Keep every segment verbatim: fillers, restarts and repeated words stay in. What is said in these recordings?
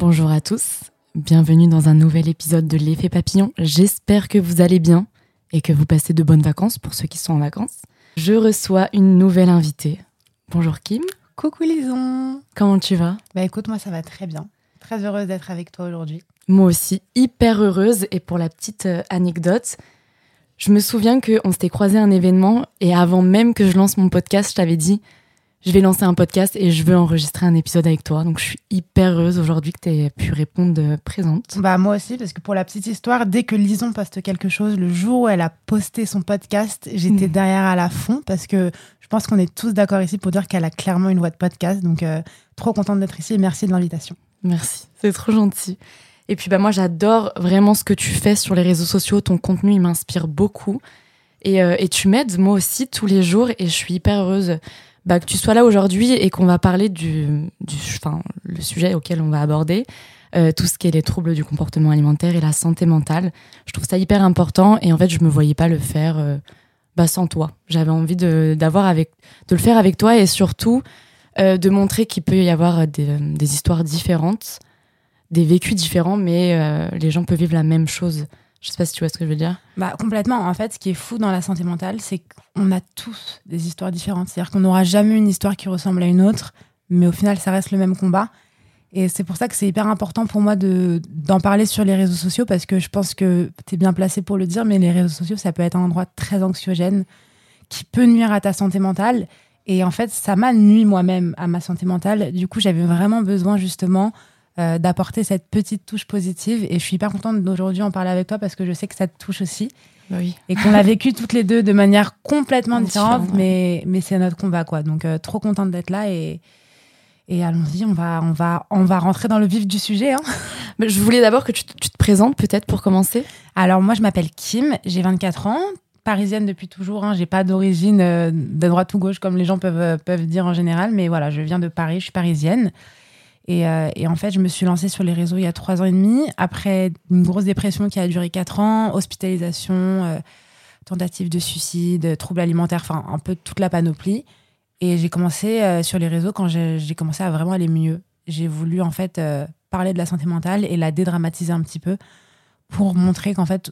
Bonjour à tous, bienvenue dans un nouvel épisode de l'Effet Papillon. J'espère que vous allez bien et que vous passez de bonnes vacances pour ceux qui sont en vacances. Je reçois une nouvelle invitée. Bonjour Kim. Coucou Lison. Comment tu vas ? Bah écoute, moi ça va très bien. Très heureuse d'être avec toi aujourd'hui. Moi aussi, hyper heureuse. Et pour la petite euh, anecdote, je me souviens qu'on s'était croisé à un événement et avant même que je lance mon podcast, je t'avais dit je vais lancer un podcast et je veux enregistrer un épisode avec toi. Donc je suis hyper heureuse aujourd'hui que tu aies pu répondre présente. Bah moi aussi, parce que pour la petite histoire, dès que Lison poste quelque chose, le jour où elle a posté son podcast, j'étais mmh. derrière à la fond parce que je pense qu'on est tous d'accord ici pour dire qu'elle a clairement une voix de podcast. Donc euh, trop contente d'être ici et merci de l'invitation. Merci, c'est trop gentil. Et puis bah moi j'adore vraiment ce que tu fais sur les réseaux sociaux. Ton contenu il m'inspire beaucoup et, euh, et tu m'aides moi aussi tous les jours et je suis hyper heureuse bah, que tu sois là aujourd'hui et qu'on va parler du, du enfin, le sujet auquel on va aborder, euh, tout ce qui est les troubles du comportement alimentaire et la santé mentale. Je trouve ça hyper important et en fait, je me voyais pas le faire euh, bah, sans toi. J'avais envie de, d'avoir avec, de le faire avec toi et surtout euh, de montrer qu'il peut y avoir des, des histoires différentes, des vécus différents, mais euh, les gens peuvent vivre la même chose. Je sais pas si tu vois ce que je veux dire. Bah, complètement. En fait, ce qui est fou dans la santé mentale, c'est qu'on a tous des histoires différentes. C'est-à-dire qu'on n'aura jamais une histoire qui ressemble à une autre, mais au final, ça reste le même combat. Et c'est pour ça que c'est hyper important pour moi de, d'en parler sur les réseaux sociaux, parce que je pense que tu es bien placé pour le dire, mais les réseaux sociaux, ça peut être un endroit très anxiogène qui peut nuire à ta santé mentale. Et en fait, ça m'a nui moi-même à ma santé mentale. Du coup, j'avais vraiment besoin justement Euh, d'apporter cette petite touche positive et je suis hyper contente d'aujourd'hui en parler avec toi parce que je sais que ça te touche aussi oui. et qu'on l'a vécu toutes les deux de manière complètement différente, Différent, mais, mais c'est notre combat quoi. Donc euh, trop contente d'être là et, et allons-y, on va, on, va, on va rentrer dans le vif du sujet hein. Mais je voulais d'abord que tu, tu te présentes peut-être pour commencer. Alors moi je m'appelle Kim, j'ai vingt-quatre ans, parisienne depuis toujours, hein. J'ai pas d'origine euh, de droite ou gauche comme les gens peuvent, peuvent dire en général, mais voilà, je viens de Paris, je suis parisienne. Et, euh, et en fait, je me suis lancée sur les réseaux il y a trois ans et demi, après une grosse dépression qui a duré quatre ans, hospitalisation, euh, tentative de suicide, troubles alimentaires, enfin un peu toute la panoplie. Et j'ai commencé euh, sur les réseaux quand j'ai, j'ai commencé à vraiment aller mieux. J'ai voulu en fait euh, parler de la santé mentale et la dédramatiser un petit peu pour montrer qu'en fait,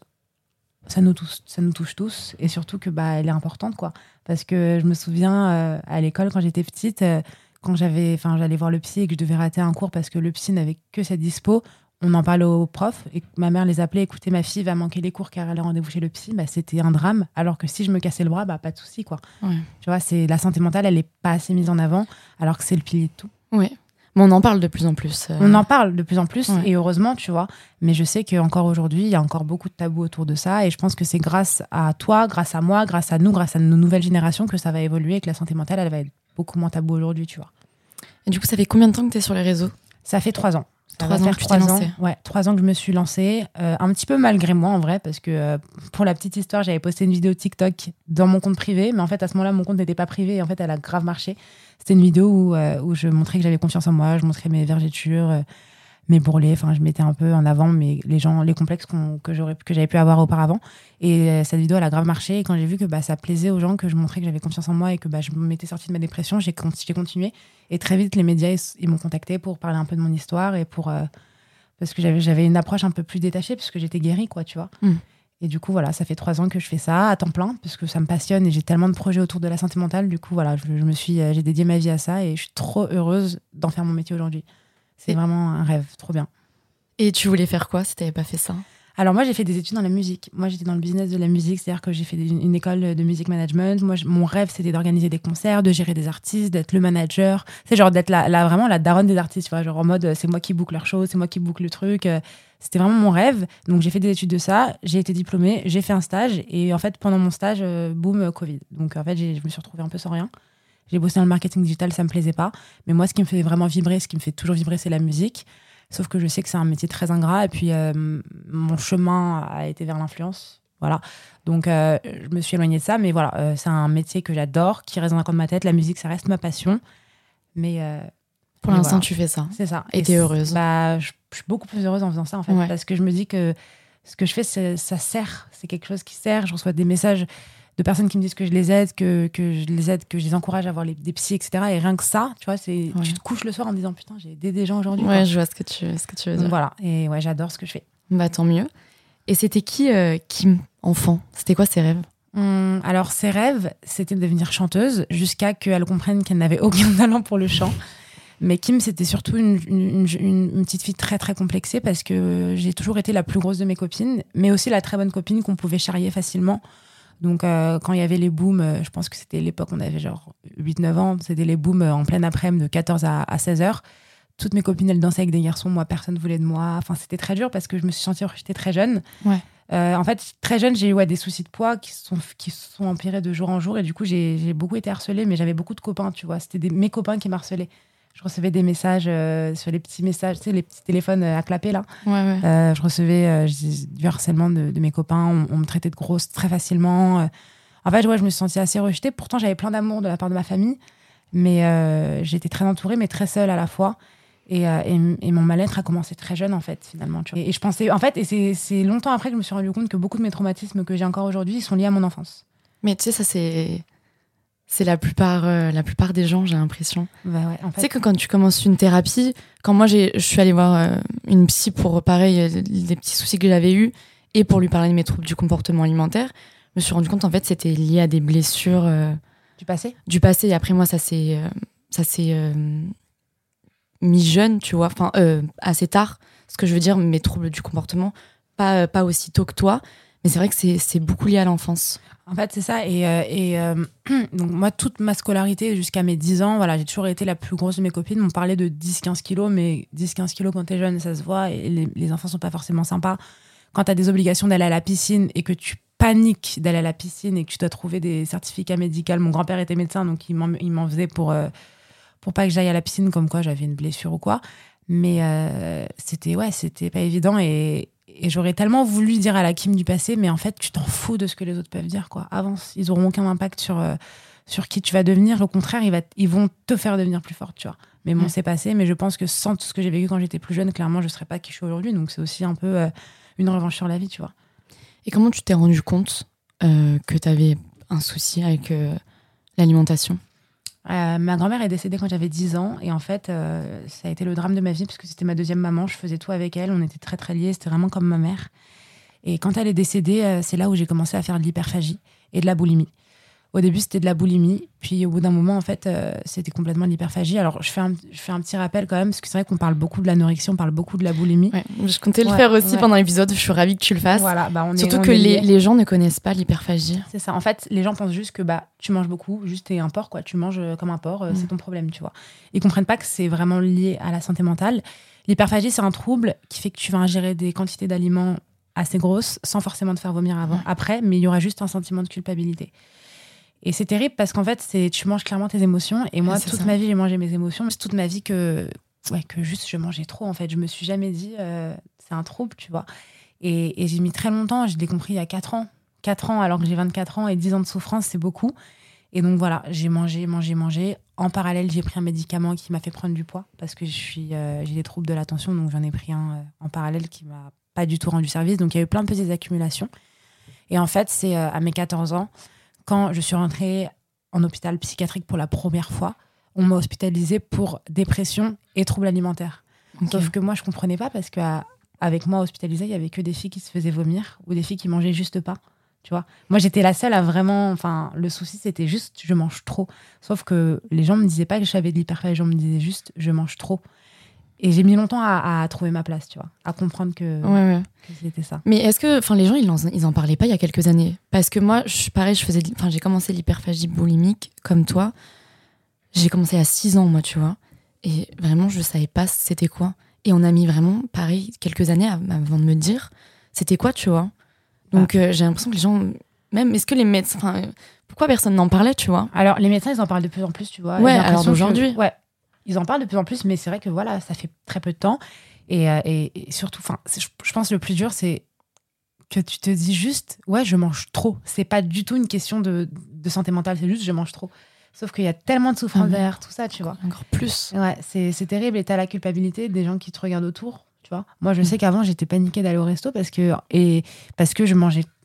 ça nous touche, ça nous touche tous et surtout que bah, elle est importante, quoi. Parce que je me souviens euh, à l'école quand j'étais petite, euh, quand j'avais, enfin, j'allais voir le psy et que je devais rater un cours parce que le psy n'avait que cette dispo, on en parlait aux profs et ma mère les appelait, écoutez, ma fille va manquer les cours car elle a rendez-vous chez le psy, bah, c'était un drame. Alors que si je me cassais le bras, bah, pas de souci, quoi. Ouais. Tu vois, c'est, la santé mentale, elle n'est pas assez mise en avant alors que c'est le pilier de tout. Oui, mais on en parle de plus en plus. Euh... On en parle de plus en plus ouais. et heureusement, tu vois. Mais je sais qu'encore aujourd'hui, il y a encore beaucoup de tabous autour de ça et je pense que c'est grâce à toi, grâce à moi, grâce à nous, grâce à nos nouvelles générations que ça va évoluer et que la santé mentale, elle va être beaucoup moins tabou aujourd'hui, tu vois. Et du coup, ça fait combien de temps que tu es sur les réseaux ? Ça fait trois ans. Ça trois ans que tu t'es lancée. Ouais, trois ans que je me suis lancée. Euh, un petit peu malgré moi, en vrai, parce que euh, pour la petite histoire, j'avais posté une vidéo TikTok dans mon compte privé, mais en fait, à ce moment-là, mon compte n'était pas privé et en fait, elle a grave marché. C'était une vidéo où, euh, où je montrais que j'avais confiance en moi, je montrais mes vergetures, euh, mes bourrelets, enfin, je mettais un peu en avant mes, les gens, les complexes qu'on, que, j'aurais, que j'avais pu avoir auparavant. Et euh, cette vidéo, elle a grave marché. Et quand j'ai vu que bah, ça plaisait aux gens, que je montrais que j'avais confiance en moi et que bah, je m'étais sortie de ma dépression, j'ai, j'ai continué. Et très vite, les médias, ils, ils m'ont contacté pour parler un peu de mon histoire et pour... Euh, parce que j'avais, j'avais une approche un peu plus détachée parce que j'étais guérie, quoi, tu vois. Mm. Et du coup, voilà, ça fait trois ans que je fais ça à temps plein parce que ça me passionne et j'ai tellement de projets autour de la santé mentale. Du coup, voilà, je, je me suis, euh, j'ai dédié ma vie à ça et je suis trop heureuse d'en faire mon métier aujourd'hui. C'est et... vraiment un rêve, trop bien. Et tu voulais faire quoi si tu n'avais pas fait ça ? Alors moi, j'ai fait des études dans la musique. Moi, j'étais dans le business de la musique, c'est-à-dire que j'ai fait une, une école de music management. Moi, je, mon rêve, c'était d'organiser des concerts, de gérer des artistes, d'être le manager. C'est genre d'être la, la, vraiment la daronne des artistes, tu vois, genre en mode, c'est moi qui book leur show, c'est moi qui book le truc. C'était vraiment mon rêve. Donc, j'ai fait des études de ça, j'ai été diplômée, j'ai fait un stage. Et en fait, pendant mon stage, euh, boum, Covid. Donc, en fait, j'ai, je me suis retrouvée un peu sans rien. J'ai bossé dans le marketing digital, ça me plaisait pas. Mais moi, ce qui me fait vraiment vibrer, ce qui me fait toujours vibrer, c'est la musique. Sauf que je sais que c'est un métier très ingrat et puis euh, mon chemin a été vers l'influence. Voilà. Donc, euh, je me suis éloignée de ça. Mais voilà, euh, c'est un métier que j'adore, qui reste dans un coin de ma tête. La musique, ça reste ma passion. Mais euh, pour mais l'instant, voilà. tu fais ça. C'est ça. Et, et t'es heureuse. Bah, je, je suis beaucoup plus heureuse en faisant ça, en fait. Ouais. Parce que je me dis que ce que je fais, c'est, ça sert. C'est quelque chose qui sert. Je reçois des messages de personnes qui me disent que je les aide, que, que je les aide, que je les encourage à avoir les, des psys, et cetera. Et rien que ça, tu vois, c'est, ouais. tu te couches le soir en me disant putain, j'ai aidé des gens aujourd'hui. Ouais, quoi. je vois ce que tu, ce que tu veux Donc, dire. voilà, et ouais, j'adore ce que je fais. Bah tant mieux. Et c'était qui, euh, Kim, enfant ? C'était quoi ses rêves ? Hum, alors, ses rêves, c'était de devenir chanteuse jusqu'à qu'elle comprenne qu'elle n'avait aucun talent pour le chant. Mais Kim, c'était surtout une, une, une, une petite fille très, très complexée parce que j'ai toujours été la plus grosse de mes copines, mais aussi la très bonne copine qu'on pouvait charrier facilement. Donc, euh, quand il y avait les booms, euh, je pense que c'était l'époque, on avait genre huit neuf ans, c'était les booms euh, en pleine après-midi de quatorze à seize heures. Toutes mes copines, elles dansaient avec des garçons. Moi, personne ne voulait de moi. Enfin, c'était très dur parce que je me suis sentie rejetée très jeune. Ouais. Euh, en fait, très jeune, j'ai eu ouais, des soucis de poids qui se sont, qui sont empirés de jour en jour. Et du coup, j'ai, j'ai beaucoup été harcelée, mais j'avais beaucoup de copains, tu vois. C'était des, mes copains qui m'harcelaient. Je recevais des messages euh, sur les petits messages, tu sais, les petits téléphones à clapper, là. Ouais, ouais. Euh, je recevais euh, du harcèlement de, de mes copains. On, on me traitait de grosse très facilement. Euh, en fait, ouais, je me suis sentie assez rejetée. Pourtant, j'avais plein d'amour de la part de ma famille. Mais euh, j'étais très entourée, mais très seule à la fois. Et, euh, et, et mon mal-être a commencé très jeune, en fait, finalement. Tu vois. Et, et je pensais, en fait, et c'est, c'est longtemps après que je me suis rendu compte que beaucoup de mes traumatismes que j'ai encore aujourd'hui, ils sont liés à mon enfance. Mais tu sais, ça, c'est... C'est la plupart, euh, la plupart des gens, j'ai l'impression. Bah ouais, en fait. Tu sais que quand tu commences une thérapie, quand moi j'ai, je suis allée voir euh, une psy pour, pareil, les petits soucis que j'avais eus, et pour lui parler de mes troubles du comportement alimentaire, je me suis rendu compte, en fait, c'était lié à des blessures... Euh, du passé Du passé, et après moi, ça s'est, euh, ça s'est euh, mis jeune, tu vois, enfin, euh, assez tard, ce que je veux dire, mes troubles du comportement, pas, pas aussi tôt que toi, mais c'est vrai que c'est, c'est beaucoup lié à l'enfance. En fait, c'est ça. Et, euh, et euh, donc, moi, toute ma scolarité jusqu'à mes dix ans, voilà, j'ai toujours été la plus grosse de mes copines. On parlait de dix quinze kilos, mais dix quinze kilos quand t'es jeune, ça se voit. Et les, les enfants sont pas forcément sympas. Quand t'as des obligations d'aller à la piscine et que tu paniques d'aller à la piscine et que tu dois trouver des certificats médicaux. Mon grand-père était médecin, donc il m'en, il m'en faisait pour, euh, pour pas que j'aille à la piscine, comme quoi j'avais une blessure ou quoi. Mais euh, c'était, ouais, c'était pas évident. Et, Et j'aurais tellement voulu dire à la Kim du passé, mais en fait, tu t'en fous de ce que les autres peuvent dire, quoi. Avance, ils auront aucun impact sur, euh, sur qui tu vas devenir. Au contraire, ils, va, ils vont te faire devenir plus forte, tu vois. Mais bon, mmh. c'est passé. Mais je pense que sans tout ce que j'ai vécu quand j'étais plus jeune, clairement, je serais pas qui je suis aujourd'hui. Donc, c'est aussi un peu euh, une revanche sur la vie, tu vois. Et comment tu t'es rendu compte euh, que tu avais un souci avec euh, l'alimentation ? Euh, ma grand-mère est décédée quand j'avais dix ans et en fait euh, ça a été le drame de ma vie parce que c'était ma deuxième maman, je faisais tout avec elle, on était très très liés, c'était vraiment comme ma mère. Et quand elle est décédée, euh, c'est là où j'ai commencé à faire de l'hyperphagie et de la boulimie. Au début c'était de la boulimie, puis au bout d'un moment en fait euh, c'était complètement de l'hyperphagie. Alors je fais, un, je fais un petit rappel quand même parce que c'est vrai qu'on parle beaucoup de l'anorexie, on parle beaucoup de la boulimie. Ouais, je comptais le ouais, faire aussi ouais. pendant l'épisode, je suis ravie que tu le fasses. Voilà, bah on est, Surtout on que est les, les gens ne connaissent pas l'hyperphagie. C'est ça, en fait les gens pensent juste que bah, tu manges beaucoup, juste t'es un porc quoi, tu manges comme un porc, euh, mmh. c'est ton problème, tu vois. Ils comprennent pas que c'est vraiment lié à la santé mentale. L'hyperphagie c'est un trouble qui fait que tu vas ingérer des quantités d'aliments assez grosses sans forcément te faire vomir avant, mmh. après, mais il y aura juste un sentiment de culpabilité. Et c'est terrible parce qu'en fait, c'est, tu manges clairement tes émotions. Et moi, c'est toute ça. ma vie, j'ai mangé mes émotions. C'est toute ma vie que, ouais, que juste je mangeais trop, en fait. Je me suis jamais dit, euh, c'est un trouble, tu vois. Et, et j'ai mis très longtemps, je l'ai compris il y a quatre ans. quatre ans, alors que j'ai vingt-quatre ans et dix ans de souffrance, c'est beaucoup. Et donc voilà, j'ai mangé, mangé, mangé. En parallèle, j'ai pris un médicament qui m'a fait prendre du poids parce que je suis, euh, j'ai des troubles de l'attention. Donc j'en ai pris un euh, en parallèle qui m'a pas du tout rendu service. Donc il y a eu plein de petites accumulations. Et en fait, c'est euh, à mes quatorze ans, quand je suis rentrée en hôpital psychiatrique pour la première fois, on m'a hospitalisée pour dépression et troubles alimentaires. Okay. Sauf que moi, je comprenais pas parce qu'avec moi hospitalisée, il y avait que des filles qui se faisaient vomir ou des filles qui mangeaient juste pas. Tu vois, moi, j'étais la seule à vraiment... Enfin, le souci, c'était juste, je mange trop. Sauf que les gens me disaient pas que j'avais de l'hyperphagie, on me disait juste, je mange trop. Et j'ai mis longtemps à, à trouver ma place, tu vois, à comprendre que, ouais, ouais. que c'était ça. Mais est-ce que, enfin, les gens, ils en, ils en parlaient pas il y a quelques années ? Parce que moi, je, pareil, je faisais, enfin, j'ai commencé l'hyperphagie boulimique comme toi. J'ai commencé à six ans, moi, tu vois. Et vraiment, je savais pas c'était quoi. Et on a mis vraiment, pareil, quelques années avant de me dire c'était quoi, tu vois. Donc, ah. euh, j'ai l'impression que les gens, même, est-ce que les médecins, enfin, pourquoi personne n'en parlait, tu vois ? Alors, les médecins, ils en parlent de plus en plus, tu vois. Ouais, alors d'aujourd'hui. Que, ouais. Ils en parlent de plus en plus, mais c'est vrai que voilà, ça fait très peu de temps. Et, euh, et, et surtout, je, je pense que le plus dur, c'est que tu te dis juste, ouais, je mange trop. C'est pas du tout une question de, de santé mentale, c'est juste je mange trop. Sauf qu'il y a tellement de souffrance mmh. derrière tout ça, tu vois. Encore plus. Ouais, c'est, c'est terrible. Et t'as la culpabilité des gens qui te regardent autour, tu vois. Moi, je mmh. sais qu'avant, j'étais paniquée d'aller au resto parce que, et, parce que je mangeais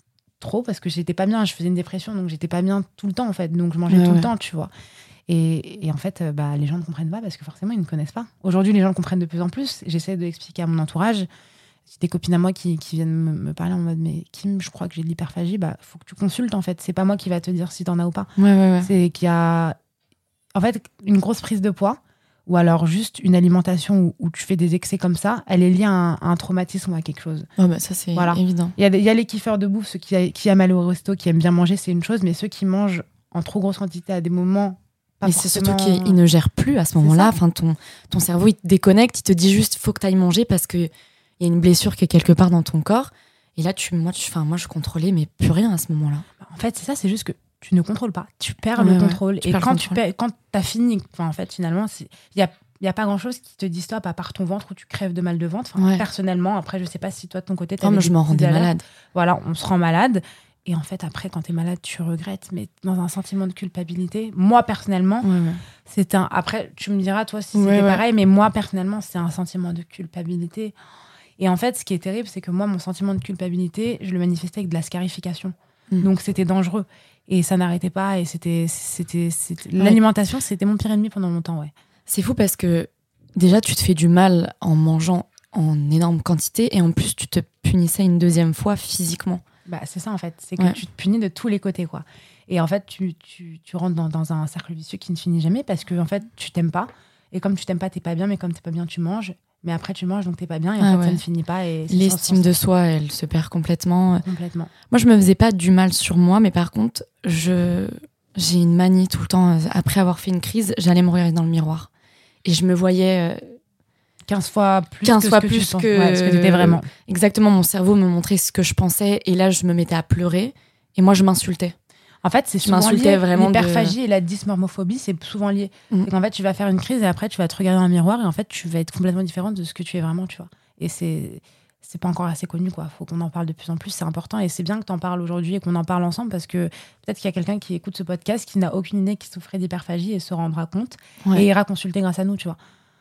trop parce que j'étais pas bien. Je faisais une dépression, donc j'étais pas bien tout le temps, en fait. Donc je mangeais Ouais, tout ouais. le temps, tu vois. Et, et en fait, euh, bah, les gens ne comprennent pas parce que forcément, ils ne connaissent pas. Aujourd'hui, les gens le comprennent de plus en plus. J'essaie de l'expliquer à mon entourage. J'ai des copines à moi qui, qui viennent me, me parler en mode mais Kim, je crois que j'ai de l'hyperphagie. Bah, faut que tu consultes, en fait. C'est pas moi qui va te dire si t'en as ou pas. Ouais, ouais, ouais. C'est qu'il y a, en fait, une grosse prise de poids ou alors juste une alimentation où, où tu fais des excès comme ça, elle est liée à un, à un traumatisme ou à quelque chose. Oh, bah, ça, c'est Voilà. évident. Il y, a des- il y a les kiffeurs de bouffe, ceux qui, a- qui aiment aller au resto, qui aiment bien manger, c'est une chose, mais ceux qui mangent en trop grosse quantité à des moments. Pas Mais c'est surtout forcément- qu'il ne gère plus à ce C'est moment-là. ça. Enfin, ton, ton cerveau, il te déconnecte, il te dit juste faut que tu ailles manger parce qu'il y a une blessure qui est quelque part dans ton corps. Et là, tu, moi, tu, enfin, moi, je contrôlais, mais plus rien à ce moment-là. En fait, c'est ça, c'est juste que tu ne contrôles pas. Tu perds Ouais, le ouais, contrôle. tu Et perds le quand tu contrôle. perds, quand t'as fini, enfin, en fait, finalement, il n'y a, y a pas grand-chose qui te dit stop à part ton ventre où tu crèves de mal de ventre. Enfin, Ouais. Personnellement, après, je sais pas si toi, de ton côté, Oh, t'avais moi, des je m'en petites rendais alertes. malade. Voilà, on se rend malade. Et en fait, après, quand t'es malade, tu regrettes, mais dans un sentiment de culpabilité. Moi, personnellement, Ouais, ouais. c'est un. Après, tu me diras, toi, si Ouais, c'était ouais. pareil, mais moi, personnellement, c'est un sentiment de culpabilité. Et en fait, ce qui est terrible, c'est que moi, mon sentiment de culpabilité, je le manifestais avec de la scarification. Mm. Donc, c'était dangereux. Et ça n'arrêtait pas. Et c'était. c'était, c'était... Ouais. L'alimentation, c'était mon pire ennemi pendant longtemps, ouais. C'est fou parce que déjà, tu te fais du mal en mangeant en énorme quantité et en plus, tu te punissais une deuxième fois physiquement. Bah, c'est ça, en fait. C'est que Ouais. tu te punis de tous les côtés, quoi. Et en fait, tu, tu, tu rentres dans, dans un cercle vicieux qui ne finit jamais parce que, en fait, tu t'aimes pas. Et comme tu t'aimes pas, t'es pas bien. Mais comme t'es pas bien, tu manges. Mais après, tu manges, donc t'es pas bien. Et en Ah fait, ouais. ça ne finit pas. Et c'est L'estime sans- de soi, elle se perd complètement. Complètement. Moi, je me faisais pas du mal sur moi, mais par contre, je j'ai une manie tout le temps. Après avoir fait une crise, j'allais me regarder dans le miroir et je me voyais euh, quinze fois plus quinze que fois ce que plus tu penses. que- Ouais, ce que t'étais vraiment. exactement. Mon cerveau me montrait ce que je pensais et là, je me mettais à pleurer et moi, je m'insultais. En fait, c'est Je souvent m'insultais lié. vraiment de- L'hyperphagie et la dysmormophobie, c'est souvent lié. Mm. C'est qu'en fait, tu vas faire une crise et après, tu vas te regarder dans le miroir et en fait, tu vas être complètement différente de ce que tu es vraiment, tu vois. Et c'est c'est pas encore assez connu, quoi. Faut qu'on en parle de plus en plus, c'est important et c'est bien que t'en parles aujourd'hui et qu'on en parle ensemble parce que peut-être qu'il y a quelqu'un qui écoute ce podcast qui n'a aucune idée qui souffrait d'hyperphagie et se rendra compte Ouais. et ira consulter grâce à nous, tu vois.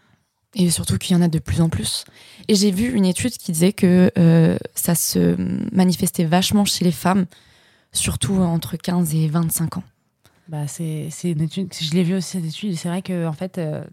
Et surtout qu'il y en a de plus en plus. Et j'ai vu une étude qui disait que euh, ça se manifestait vachement chez les femmes, surtout entre quinze et vingt-cinq ans. Bah, c'est c'est une étude, je l'ai vu aussi cette étude et c'est vrai que en fait, euh,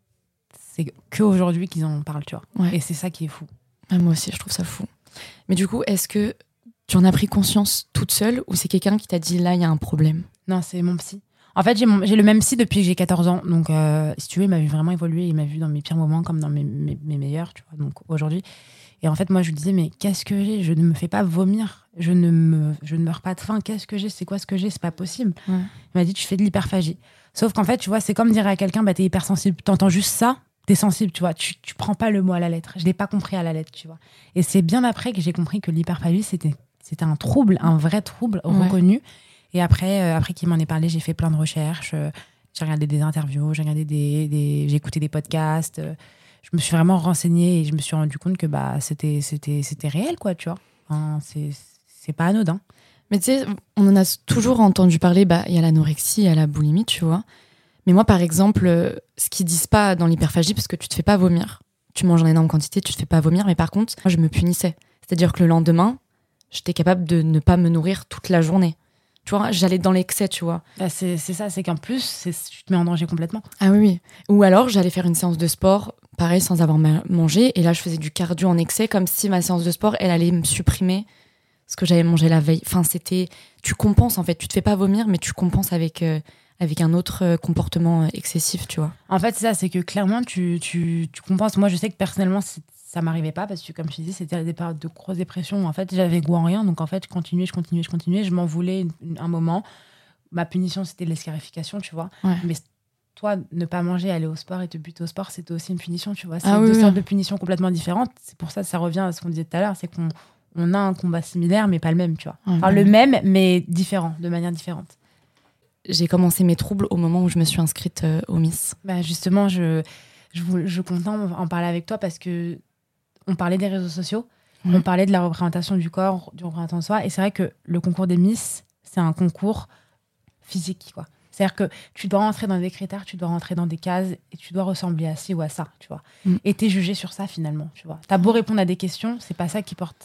c'est qu'aujourd'hui qu'ils en parlent, tu vois. Ouais. Et c'est ça qui est fou. Ah, moi aussi, je trouve ça fou. Mais du coup, est-ce que tu en as pris conscience toute seule ou c'est quelqu'un qui t'a dit là, il y a un problème? Non, c'est mon psy. En fait, j'ai, mon- j'ai le même psy depuis que j'ai quatorze ans. Donc, euh, si tu veux, il m'a vu vraiment évoluer. Il m'a vu dans mes pires moments comme dans mes, mes, mes meilleurs, tu vois, donc aujourd'hui. Et en fait, moi, je lui disais, mais qu'est-ce que j'ai? Je ne me fais pas vomir. Je ne, me, je ne meurs pas de faim. Qu'est-ce que j'ai? C'est quoi ce que j'ai? C'est pas possible. Ouais. Il m'a dit, tu fais de l'hyperphagie. Sauf qu'en fait, tu vois, c'est comme dire à quelqu'un, bah, t'es hypersensible. T'entends juste ça, t'es sensible, tu vois. Tu, tu prends pas le mot à la lettre. Je l'ai pas compris à la lettre, tu vois. Et c'est bien après que j'ai compris que l'hyperphagie, c'était, c'était un trouble, un vrai trouble Ouais. reconnu. Et après, euh, après qu'il m'en ait parlé, j'ai fait plein de recherches. euh, j'ai regardé des interviews, j'ai regardé des, des- j'ai écouté des podcasts. euh, je me suis vraiment renseignée et je me suis rendu compte que bah c'était c'était c'était réel, quoi, tu vois. Enfin, c'est c'est pas anodin. Mais tu sais, on en a toujours entendu parler, bah, il y a l'anorexie, il y a la boulimie, tu vois. Mais moi, par exemple, euh, ce qu'ils disent pas dans l'hyperphagie, parce que tu te fais pas vomir. Tu manges en énorme quantité, tu te fais pas vomir. Mais par contre, moi, je me punissais. C'est-à-dire que le lendemain, j'étais capable de ne pas me nourrir toute la journée. Tu vois, j'allais dans l'excès, tu vois. Bah, c'est c'est ça, c'est qu'en plus, c'est, tu te mets en danger complètement. Ah oui, oui. Ou alors, j'allais faire une séance de sport, pareil, sans avoir ma- mangé. Et là, je faisais du cardio en excès, comme si ma séance de sport, elle allait me supprimer ce que j'avais mangé la veille. Enfin, c'était... Tu compenses, en fait. Tu te fais pas vomir, mais tu compenses avec, euh, avec un autre euh, comportement euh, excessif, tu vois. En fait, c'est ça, c'est que clairement, tu, tu, tu compenses. Moi, je sais que personnellement, c'est- ça m'arrivait pas parce que, comme je te dis, c'était des périodes de grosse dépression. En fait, j'avais goût en rien. Donc, en fait, je continuais, je continuais, je continuais. Je m'en voulais une- une- un moment. Ma punition, c'était l'escarification, tu vois. Ouais. Mais toi, ne pas manger, aller au sport et te buter au sport, c'était aussi une punition, tu vois. C'est Ah deux oui, sortes oui. de punitions complètement différentes. C'est pour ça que ça revient à ce qu'on disait tout à l'heure, c'est qu'on on a un combat similaire, mais pas le même, tu vois. Ouais, Enfin, bah le oui. même, mais différent, de manière différente. J'ai commencé mes troubles au moment où je me suis inscrite euh, au Miss. Bah justement, je, je, voulais- je comptais en, en parler avec toi parce que on parlait des réseaux sociaux, Ouais. on parlait de la représentation du corps, du représentation de soi, et c'est vrai que le concours des Miss, c'est un concours physique, quoi. C'est-à-dire que tu dois rentrer dans des critères, tu dois rentrer dans des cases, et tu dois ressembler à ci ou à ça, tu vois. Mm. Et t'es jugé sur ça, finalement, tu vois. T'as beau répondre à des questions, c'est pas ça qui porte.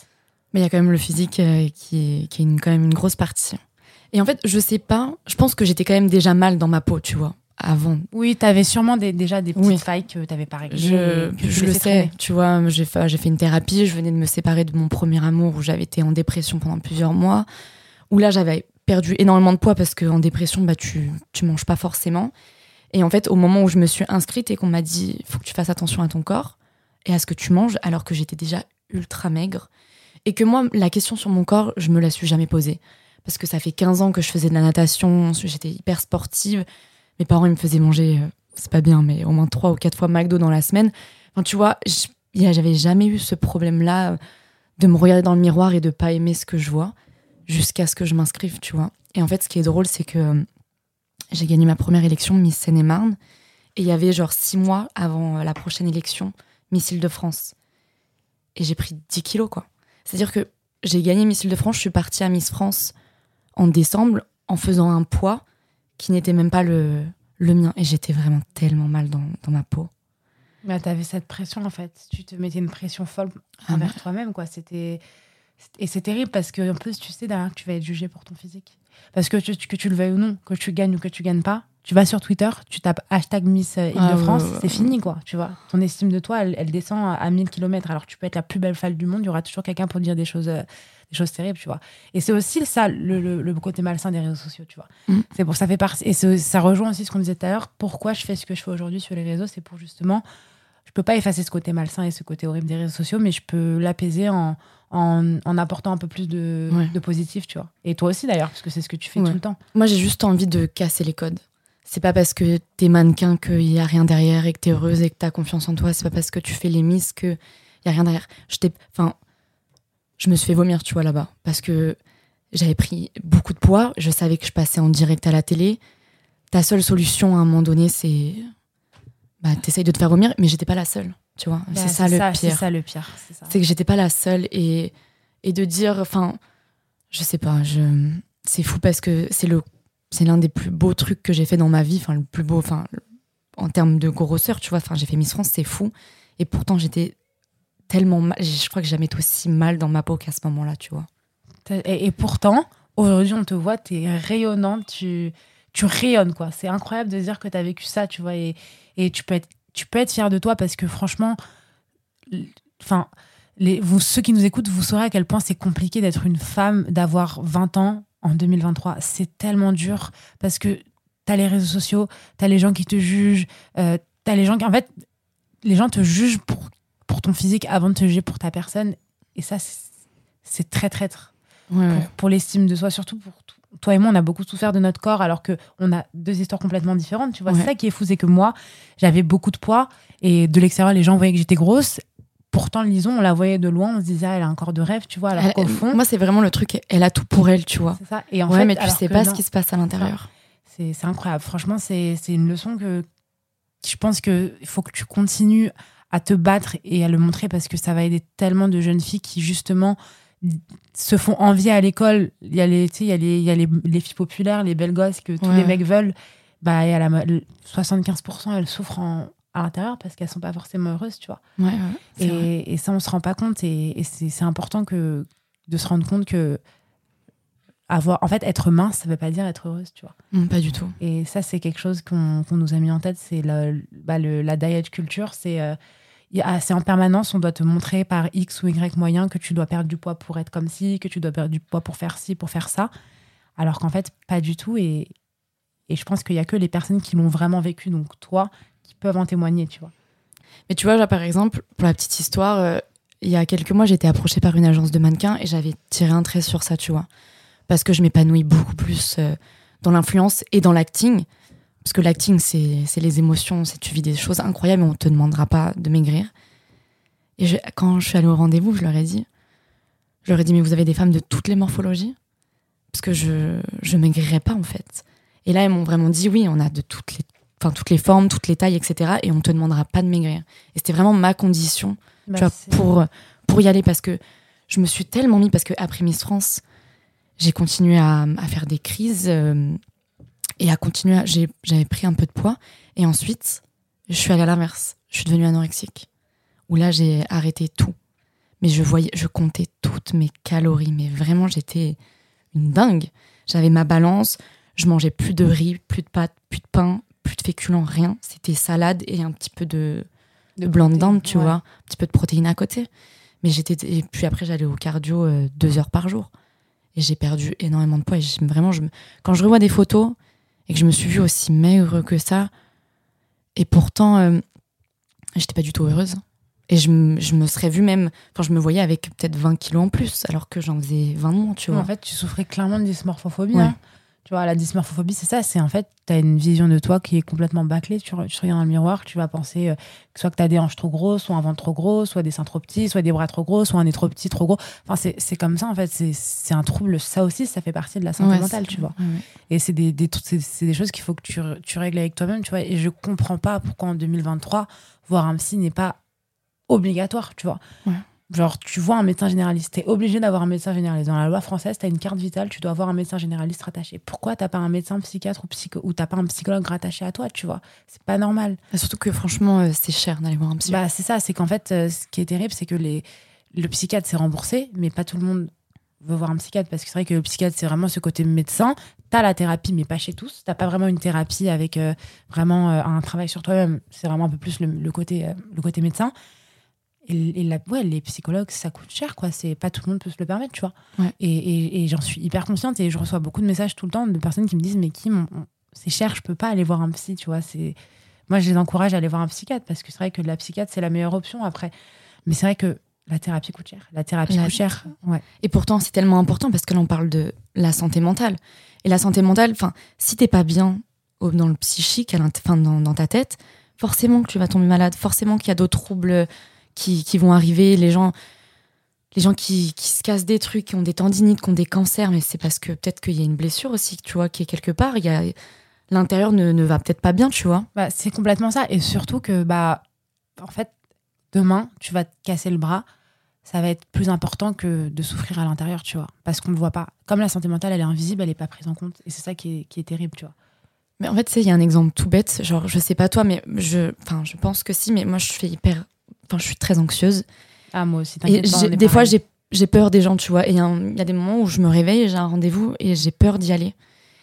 Mais il y a quand même le physique euh, qui est, qui est une, quand même une grosse partie. Et en fait, je sais pas, je pense que j'étais quand même déjà mal dans ma peau, tu vois, avant. Oui, t'avais sûrement des, déjà des petites Oui. failles que t'avais pas réglées. Je, que tu je le laissais sais, traîner. tu vois, j'ai fait, j'ai fait une thérapie, je venais de me séparer de mon premier amour où j'avais été en dépression pendant plusieurs mois, où là j'avais perdu énormément de poids parce qu'en dépression, bah, tu, tu manges pas forcément. Et en fait, au moment où je me suis inscrite et qu'on m'a dit il faut que tu fasses attention à ton corps et à ce que tu manges, alors que j'étais déjà ultra maigre, et que moi, la question sur mon corps, je me la suis jamais posée. Parce que ça fait quinze ans que je faisais de la natation, j'étais hyper sportive. Mes parents, ils me faisaient manger, euh, c'est pas bien, mais au moins trois ou quatre fois McDo dans la semaine. Enfin, tu vois, j'avais jamais eu ce problème-là de me regarder dans le miroir et de pas aimer ce que je vois jusqu'à ce que je m'inscrive, tu vois. Et en fait, ce qui est drôle, c'est que euh, j'ai gagné ma première élection Miss Seine-et-Marne et il y avait genre six mois avant la prochaine élection Miss Île-de-France. Et j'ai pris dix kilos, quoi. C'est-à-dire que j'ai gagné Miss Île-de-France, je suis partie à Miss France en décembre en faisant un poids qui n'était même pas le, le mien. Et j'étais vraiment tellement mal dans, dans ma peau. Bah, t'avais cette pression, en fait. Tu te mettais une pression folle envers ah, toi-même, quoi. C'était... Et c'est terrible parce qu'en plus, tu sais derrière que tu vas être jugé pour ton physique. Parce que tu, que tu le veuilles ou non, que tu gagnes ou que tu gagnes pas, tu vas sur Twitter, tu tapes hashtag Miss Île-de-France, ah, ouais, c'est ouais, fini, quoi, tu vois. Ton estime de toi, elle, elle descend à mille kilomètres. Alors tu peux être la plus belle femme du monde, il y aura toujours quelqu'un pour dire des choses, euh, des choses terribles, tu vois. Et c'est aussi ça, le, le, le côté malsain des réseaux sociaux, tu vois. Mm. C'est pour ça fait partie. Et ça rejoint aussi ce qu'on disait tout à l'heure. Pourquoi je fais ce que je fais aujourd'hui sur les réseaux, c'est pour justement... Je peux pas effacer ce côté malsain et ce côté horrible des réseaux sociaux, mais je peux l'apaiser en, en, en apportant un peu plus de, ouais. de positif, tu vois. Et toi aussi d'ailleurs, parce que c'est ce que tu fais ouais. tout le temps. Moi, j'ai juste envie de casser les codes. C'est pas parce que t'es mannequin qu'il y a rien derrière et que t'es heureuse et que t'as confiance en toi. C'est pas parce que tu fais les miss qu'il y a rien derrière. Je t'ai, enfin, je me suis fait vomir, tu vois, là-bas, parce que j'avais pris beaucoup de poids. Je savais que je passais en direct à la télé. Ta seule solution à un moment donné, c'est bah, t'essayes de te faire vomir, mais j'étais pas la seule, tu vois. Bah, c'est, ça, c'est, le ça, c'est ça le pire. C'est ça. C'est que j'étais pas la seule et, et de dire, enfin, je sais pas, je, c'est fou parce que c'est, le, c'est l'un des plus beaux trucs que j'ai fait dans ma vie, enfin, le plus beau, enfin, en termes de grosseur, tu vois, enfin, j'ai fait Miss France, c'est fou. Et pourtant, j'étais tellement mal, je crois que j'ai jamais été aussi mal dans ma peau qu'à ce moment-là, tu vois. Et, et pourtant, aujourd'hui, on te voit, t'es rayonnante, tu, tu rayonnes, quoi. C'est incroyable de dire que t'as vécu ça, tu vois, et Et tu peux être, tu peux être fier de toi parce que franchement, enfin, les, vous, ceux qui nous écoutent, vous saurez à quel point c'est compliqué d'être une femme, d'avoir vingt ans en deux mille vingt-trois. C'est tellement dur parce que t'as les réseaux sociaux, t'as les gens qui te jugent, euh, t'as les gens qui, en fait, les gens te jugent pour, pour ton physique avant de te juger pour ta personne. Et ça, c'est, c'est très traître ouais, pour, ouais. pour l'estime de soi, surtout pour tout. Toi et moi, on a beaucoup souffert de notre corps alors qu'on a deux histoires complètement différentes. Tu vois, ouais. C'est ça qui est fou, c'est que moi, j'avais beaucoup de poids et de l'extérieur, les gens voyaient que j'étais grosse. Pourtant, Lison, on la voyait de loin, on se disait, ah, elle a un corps de rêve, tu vois, alors elle, qu'au fond... Moi, c'est vraiment le truc, elle a tout pour elle, tu vois. C'est ça. Et en ouais, fait, mais tu sais pas non. ce qui se passe à l'intérieur. C'est, c'est incroyable. Franchement, c'est, c'est une leçon que je pense qu'il faut que tu continues à te battre et à le montrer parce que ça va aider tellement de jeunes filles qui, justement... se font envier à l'école. Il y a les, il y a les, il y a les, les filles populaires, les belles gosses que tous ouais. les mecs veulent. Bah, il y a la, soixante-quinze pour cent elles souffrent en, à l'intérieur parce qu'elles sont pas forcément heureuses, tu vois. Ouais, ouais, et, et ça, on se rend pas compte. Et, et c'est, c'est important que, de se rendre compte que avoir, en fait, être mince, ça veut pas dire être heureuse, tu vois. Mmh, pas du tout. Et ça, c'est quelque chose qu'on, qu'on nous a mis en tête. C'est la, bah, le, la diet culture. C'est euh, c'est en permanence, on doit te montrer par X ou Y moyen que tu dois perdre du poids pour être comme ci, que tu dois perdre du poids pour faire ci, pour faire ça. Alors qu'en fait, pas du tout. Et, et je pense qu'il n'y a que les personnes qui l'ont vraiment vécu, donc toi, qui peuvent en témoigner, tu vois. Mais tu vois, là, par exemple, pour la petite histoire, euh, il y a quelques mois, j'ai été approchée par une agence de mannequins et j'avais tiré un trait sur ça, tu vois. Parce que je m'épanouis beaucoup plus euh, dans l'influence et dans l'acting. Parce que l'acting, c'est, c'est les émotions, c'est tu vis des choses incroyables, mais on ne te demandera pas de maigrir. Et je, quand je suis allée au rendez-vous, je leur ai dit, je leur ai dit, mais vous avez des femmes de toutes les morphologies ? Parce que je ne maigrirais pas, en fait. Et là, elles m'ont vraiment dit, oui, on a de toutes les, enfin, toutes les formes, toutes les tailles, et cetera. Et on ne te demandera pas de maigrir. Et c'était vraiment ma condition bah, tu vois, pour, pour y aller. Parce que je me suis tellement mis, parce qu'après Miss France, j'ai continué à, à faire des crises... Euh, Et à continuer, à, j'ai, j'avais pris un peu de poids. Et ensuite, je suis allée à l'inverse. Je suis devenue anorexique. Où là, j'ai arrêté tout. mais je voyais, je comptais toutes mes calories, mais vraiment, j'étais une dingue. J'avais ma balance, je mangeais plus de riz, plus de pâtes, plus de pain, plus de féculents, rien. C'était salade et un petit peu de, de, de blanc de dinde, tu ouais. vois, un petit peu de protéines à côté. Mais j'étais, et puis après, j'allais au cardio euh, deux heures par jour. Et j'ai perdu énormément de poids. Et j'ai, vraiment, je me, quand je revois des photos et que je me suis vue aussi maigre que ça, et pourtant, euh, j'étais pas du tout heureuse. Et je, m- je me serais vue même, enfin, je me voyais avec peut-être vingt kilos en plus, alors que j'en faisais vingt de moins, tu vois. En fait, tu souffrais clairement de dysmorphophobie. Ouais. Hein. Tu vois, la dysmorphophobie, c'est ça. C'est en fait, tu as une vision de toi qui est complètement bâclée. Tu, re- tu te regardes dans le miroir, tu vas penser euh, que soit que tu as des hanches trop grosses, soit un ventre trop gros, soit des seins trop petits, soit des bras trop gros, soit un nez trop petit, trop gros. Enfin, c'est, c'est comme ça, en fait. C'est, c'est un trouble. Ça aussi, ça fait partie de la santé Ouais, mentale, c'est... tu vois. Ouais. Et c'est des, des, c'est, c'est des choses qu'il faut que tu, tu règles avec toi-même, tu vois. Et je comprends pas pourquoi en deux mille vingt-trois, voir un psy n'est pas obligatoire, tu vois. Ouais. Genre, tu vois un médecin généraliste, t'es obligé d'avoir un médecin généraliste. Dans la loi française, t'as une carte vitale, tu dois avoir un médecin généraliste rattaché. Pourquoi t'as pas un médecin psychiatre ou, psycho- ou t'as pas un psychologue rattaché à toi, tu vois? C'est pas normal. Et surtout que franchement, euh, c'est cher d'aller voir un psy. Bah, c'est ça, c'est qu'en fait, euh, ce qui est terrible, c'est que les... le psychiatre, c'est remboursé, mais pas tout le monde veut voir un psychiatre, parce que c'est vrai que le psychiatre, c'est vraiment ce côté médecin. T'as la thérapie, mais pas chez tous. T'as pas vraiment une thérapie avec euh, vraiment euh, un travail sur toi-même. C'est vraiment un peu plus le, le, côté, euh, le côté médecin. Et, et la, ouais, les psychologues, ça coûte cher, quoi. C'est, pas tout le monde peut se le permettre, tu vois. Ouais. Et, et, et j'en suis hyper consciente, et je reçois beaucoup de messages tout le temps de personnes qui me disent, mais Kim, on, on, c'est cher, je peux pas aller voir un psy, tu vois. C'est... Moi, je les encourage à aller voir un psychiatre, parce que c'est vrai que la psychiatre, c'est la meilleure option après. Mais c'est vrai que la thérapie coûte cher. La thérapie la... coûte cher. Ouais. Et pourtant, c'est tellement important, parce que là, on parle de la santé mentale. Et la santé mentale, enfin, si t'es pas bien dans le psychique, enfin, dans, dans ta tête, forcément que tu vas tomber malade, forcément qu'il y a d'autres troubles Qui, qui vont arriver, les gens, les gens qui, qui se cassent des trucs, qui ont des tendinites, qui ont des cancers, mais c'est parce que peut-être qu'il y a une blessure aussi, tu vois, qui est quelque part. Il y a, l'intérieur ne, ne va peut-être pas bien, tu vois. Bah, c'est complètement ça. Et surtout que, bah, en fait, demain, tu vas te casser le bras, ça va être plus important que de souffrir à l'intérieur, tu vois. Parce qu'on ne le voit pas. Comme la santé mentale, elle est invisible, elle n'est pas prise en compte. Et c'est ça qui est, qui est terrible, tu vois. Mais en fait, tu sais, il y a un exemple tout bête. Genre, je sais pas toi, mais je, enfin, je pense que si, mais moi, je suis hyper... Enfin, je suis très anxieuse. Ah, moi aussi, t'inquiète et pas, j'ai, des pareil. fois, j'ai, j'ai peur des gens, tu vois. Et il y, y a des moments où je me réveille, j'ai un rendez-vous et j'ai peur d'y aller.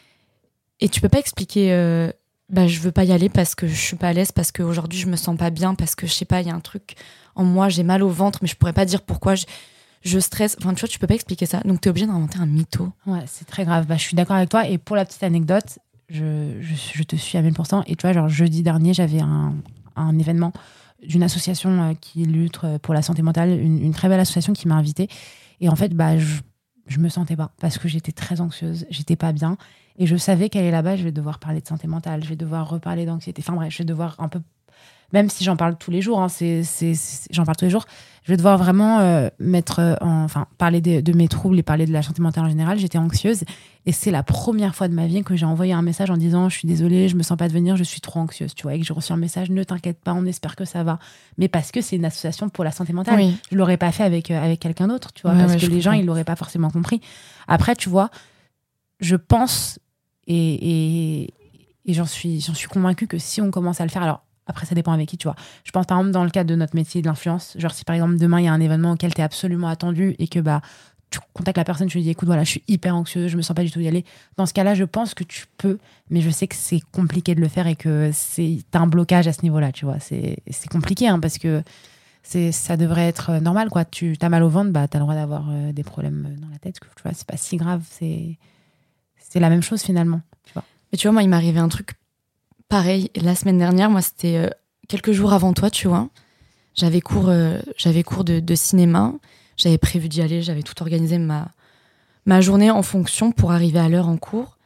Et tu peux pas expliquer, euh, bah, je veux pas y aller parce que je suis pas à l'aise, parce qu'aujourd'hui, je me sens pas bien, parce que je sais pas, il y a un truc en moi, j'ai mal au ventre, mais je pourrais pas dire pourquoi je, je stresse. Enfin, tu vois, tu peux pas expliquer ça. Donc, t'es obligé d'inventer un mytho. Ouais, c'est très grave. Bah, je suis d'accord avec toi. Et pour la petite anecdote, je, je, je te suis à mille pour cent. Et tu vois, genre, jeudi dernier, j'avais un, un événement d'une association qui lutte pour la santé mentale, une, une très belle association qui m'a invitée. Et en fait, bah, je, je me sentais pas parce que j'étais très anxieuse, j'étais pas bien. Et je savais qu'aller là-bas, je vais devoir parler de santé mentale, je vais devoir reparler d'anxiété. Enfin bref, je vais devoir un peu... Même si j'en parle tous les jours, hein, c'est, c'est, c'est, j'en parle tous les jours, je vais devoir vraiment euh, mettre en, enfin, parler de, de mes troubles et parler de la santé mentale en général. J'étais anxieuse et c'est la première fois de ma vie que j'ai envoyé un message en disant je suis désolée, je me sens pas de venir, je suis trop anxieuse, tu vois, et que j'ai reçu un message ne t'inquiète pas, on espère que ça va, mais parce que c'est une association pour la santé mentale. Oui. Je l'aurais pas fait avec euh, avec quelqu'un d'autre, tu vois, ouais, parce ouais, que les comprends. gens ils l'auraient pas forcément compris. Après, tu vois, je pense et et, et j'en suis j'en suis convaincue que si on commence à le faire, alors après, ça dépend avec qui, tu vois. Je pense, par exemple, dans le cadre de notre métier de l'influence, genre si, par exemple, demain, il y a un événement auquel tu es absolument attendu et que bah, tu contactes la personne, tu lui dis, écoute, voilà, je suis hyper anxieuse, je me sens pas du tout d'y aller. Dans ce cas-là, je pense que tu peux, mais je sais que c'est compliqué de le faire et que c'est, t'as un blocage à ce niveau-là, tu vois. C'est, c'est compliqué, hein, parce que c'est, ça devrait être normal, quoi. Tu as mal au ventre, bah, tu as le droit d'avoir euh, des problèmes dans la tête, tu vois. C'est pas si grave, c'est, c'est la même chose, finalement, tu vois. Mais tu vois, moi, il m'est arrivé un truc pareil, la semaine dernière, moi, c'était euh, quelques jours avant toi, tu vois. J'avais cours, euh, j'avais cours de, de cinéma. J'avais prévu d'y aller. J'avais tout organisé ma, ma journée en fonction pour arriver à l'heure en cours.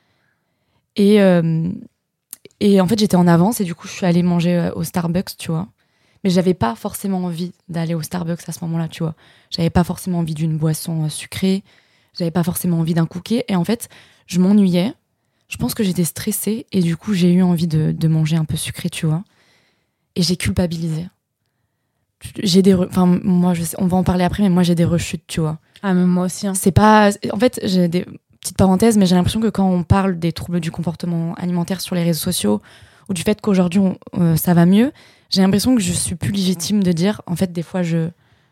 Et, euh, et en fait, j'étais en avance et du coup, je suis allée manger euh, au Starbucks, tu vois. Mais j'avais pas forcément envie d'aller au Starbucks à ce moment-là, tu vois. J'avais pas forcément envie d'une boisson euh, sucrée. J'avais pas forcément envie d'un cookie. Et en fait, je m'ennuyais. Je pense que j'étais stressée et du coup, j'ai eu envie de, de manger un peu sucré, tu vois. Et j'ai culpabilisé. J'ai des... Re... Enfin, moi, je sais... on va en parler après, mais moi, j'ai des rechutes, tu vois. Ah, mais moi aussi. Hein. C'est pas... En fait, j'ai des petites parenthèses, mais j'ai l'impression que quand on parle des troubles du comportement alimentaire sur les réseaux sociaux ou du fait qu'aujourd'hui, on, euh, ça va mieux, j'ai l'impression que je suis plus légitime de dire, en fait, des fois, je,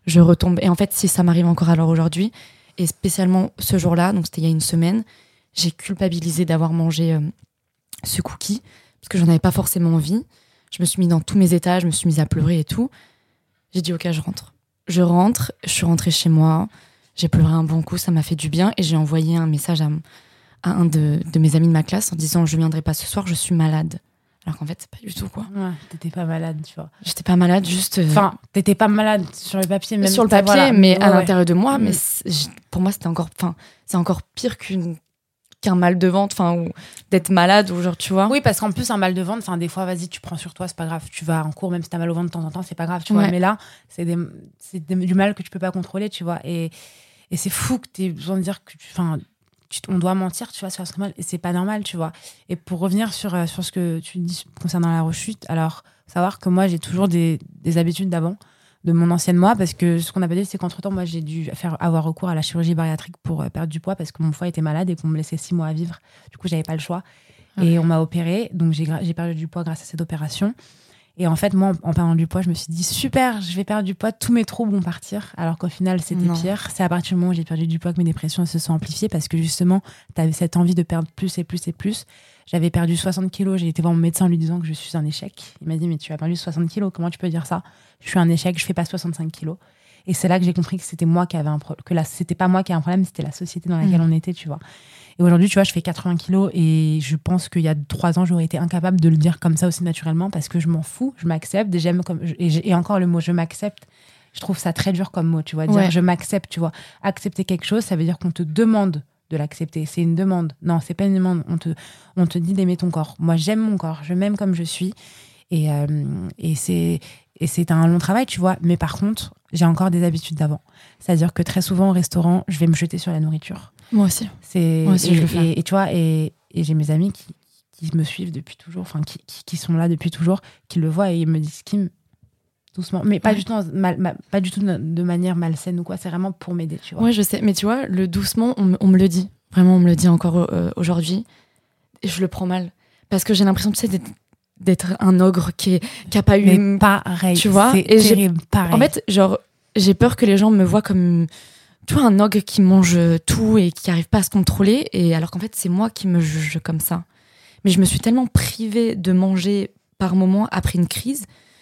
je retombe. Et en fait, si ça m'arrive encore alors aujourd'hui, et spécialement ce jour-là, donc c'était il y a une semaine, j'ai culpabilisé d'avoir mangé euh, ce cookie, parce que j'en avais pas forcément envie. Je me suis mis dans tous mes états, je me suis mise à pleurer et tout. J'ai dit, ok, je rentre. Je rentre, je suis rentrée chez moi, j'ai pleuré un bon coup, ça m'a fait du bien, et j'ai envoyé un message à, à un de, de mes amis de ma classe en disant, je viendrai pas ce soir, je suis malade. Alors qu'en fait, c'est pas du tout, quoi. Ouais, t'étais pas malade, tu vois. J'étais pas malade, juste... euh, Enfin, t'étais pas malade sur le papier, même. sur le papier, voilà. mais Ouais, à ouais. l'intérieur de moi. Mm. Mais c'est- pour moi, c'était encore... Enfin, c'est encore pire qu'une qu'un mal de ventre, enfin, ou d'être malade, ou genre, tu vois. Oui, parce qu'en plus, un mal de ventre, enfin, des fois, vas-y, tu prends sur toi, c'est pas grave. Tu vas en cours, même si t'as mal au ventre de temps en temps, c'est pas grave, tu vois. Ouais. Mais là, c'est, des, c'est des- du mal que tu peux pas contrôler, tu vois. Et, et c'est fou que t'aies besoin de dire que tu. Enfin, tu- on doit mentir, tu vois, sur ce mal. Et c'est pas normal, tu vois. Et pour revenir sur, euh, sur ce que tu dis concernant la rechute, alors, savoir que moi, j'ai toujours des, des habitudes d'avant, de mon ancienne moi, parce que ce qu'on a pas dit, c'est qu'entre-temps, moi, j'ai dû faire, avoir recours à la chirurgie bariatrique pour euh, perdre du poids, parce que mon foie était malade et qu'on me laissait six mois à vivre. Du coup, j'avais pas le choix. Et Ouais. on m'a opéré, donc j'ai, gra- j'ai perdu du poids grâce à cette opération. Et en fait, moi, en, en perdant du poids, je me suis dit, super, je vais perdre du poids, tous mes troubles vont partir. Alors qu'au final, c'était Non. pire. C'est à partir du moment où j'ai perdu du poids que mes dépressions se sont amplifiées, parce que justement, tu avais cette envie de perdre plus et plus et plus. J'avais perdu soixante kilos, j'ai été voir mon médecin en lui disant que je suis un échec. Il m'a dit, mais tu as perdu soixante kilos, comment tu peux dire ça? Je suis un échec, je fais pas soixante-cinq kilos. Et c'est là que j'ai compris que c'était moi qui avais un problème, que là, c'était pas moi qui avait un problème, c'était la société dans laquelle Mmh. on était, tu vois. Et aujourd'hui, tu vois, je fais quatre-vingts kilos et je pense qu'il y a trois ans, j'aurais été incapable de le dire comme ça aussi naturellement parce que je m'en fous, je m'accepte. Et, j'aime comme, et, j'ai- et encore le mot je m'accepte, je trouve ça très dur comme mot, tu vois. Dire Ouais. je m'accepte, tu vois. Accepter quelque chose, ça veut dire qu'on te demande de l'accepter. C'est une demande. Non, c'est pas une demande. On te, on te dit d'aimer ton corps. Moi, j'aime mon corps, je m'aime comme je suis. Et, euh, et, c'est, et c'est un long travail, tu vois. Mais par contre, j'ai encore des habitudes d'avant. C'est-à-dire que très souvent au restaurant, je vais me jeter sur la nourriture. Moi aussi. C'est, Moi aussi, et, je le fais. Et, et tu vois, et, et j'ai mes amis qui, qui me suivent depuis toujours, enfin qui, qui, qui sont là depuis toujours, qui le voient et ils me disent Kim, doucement. Mais pas, Ouais. du tout, dans- mal, mal- pas du tout de manière malsaine ou quoi, c'est vraiment pour m'aider, tu vois. Ouais, je sais. Mais tu vois, le doucement, on, me- on me le dit. Vraiment, on me le dit encore euh, aujourd'hui. Et je le prends mal. Parce que j'ai l'impression, tu sais, d'être, d'être un ogre qui, est, qui a pas eu... Mais pareil, tu vois, c'est et j'ai- terrible, pareil. En fait, genre, j'ai peur que les gens me voient comme, tu vois, un ogre qui mange tout et qui n'arrive pas à se contrôler, et alors qu'en fait, c'est moi qui me juge comme ça. Mais je me suis tellement privée de manger par moment après une crise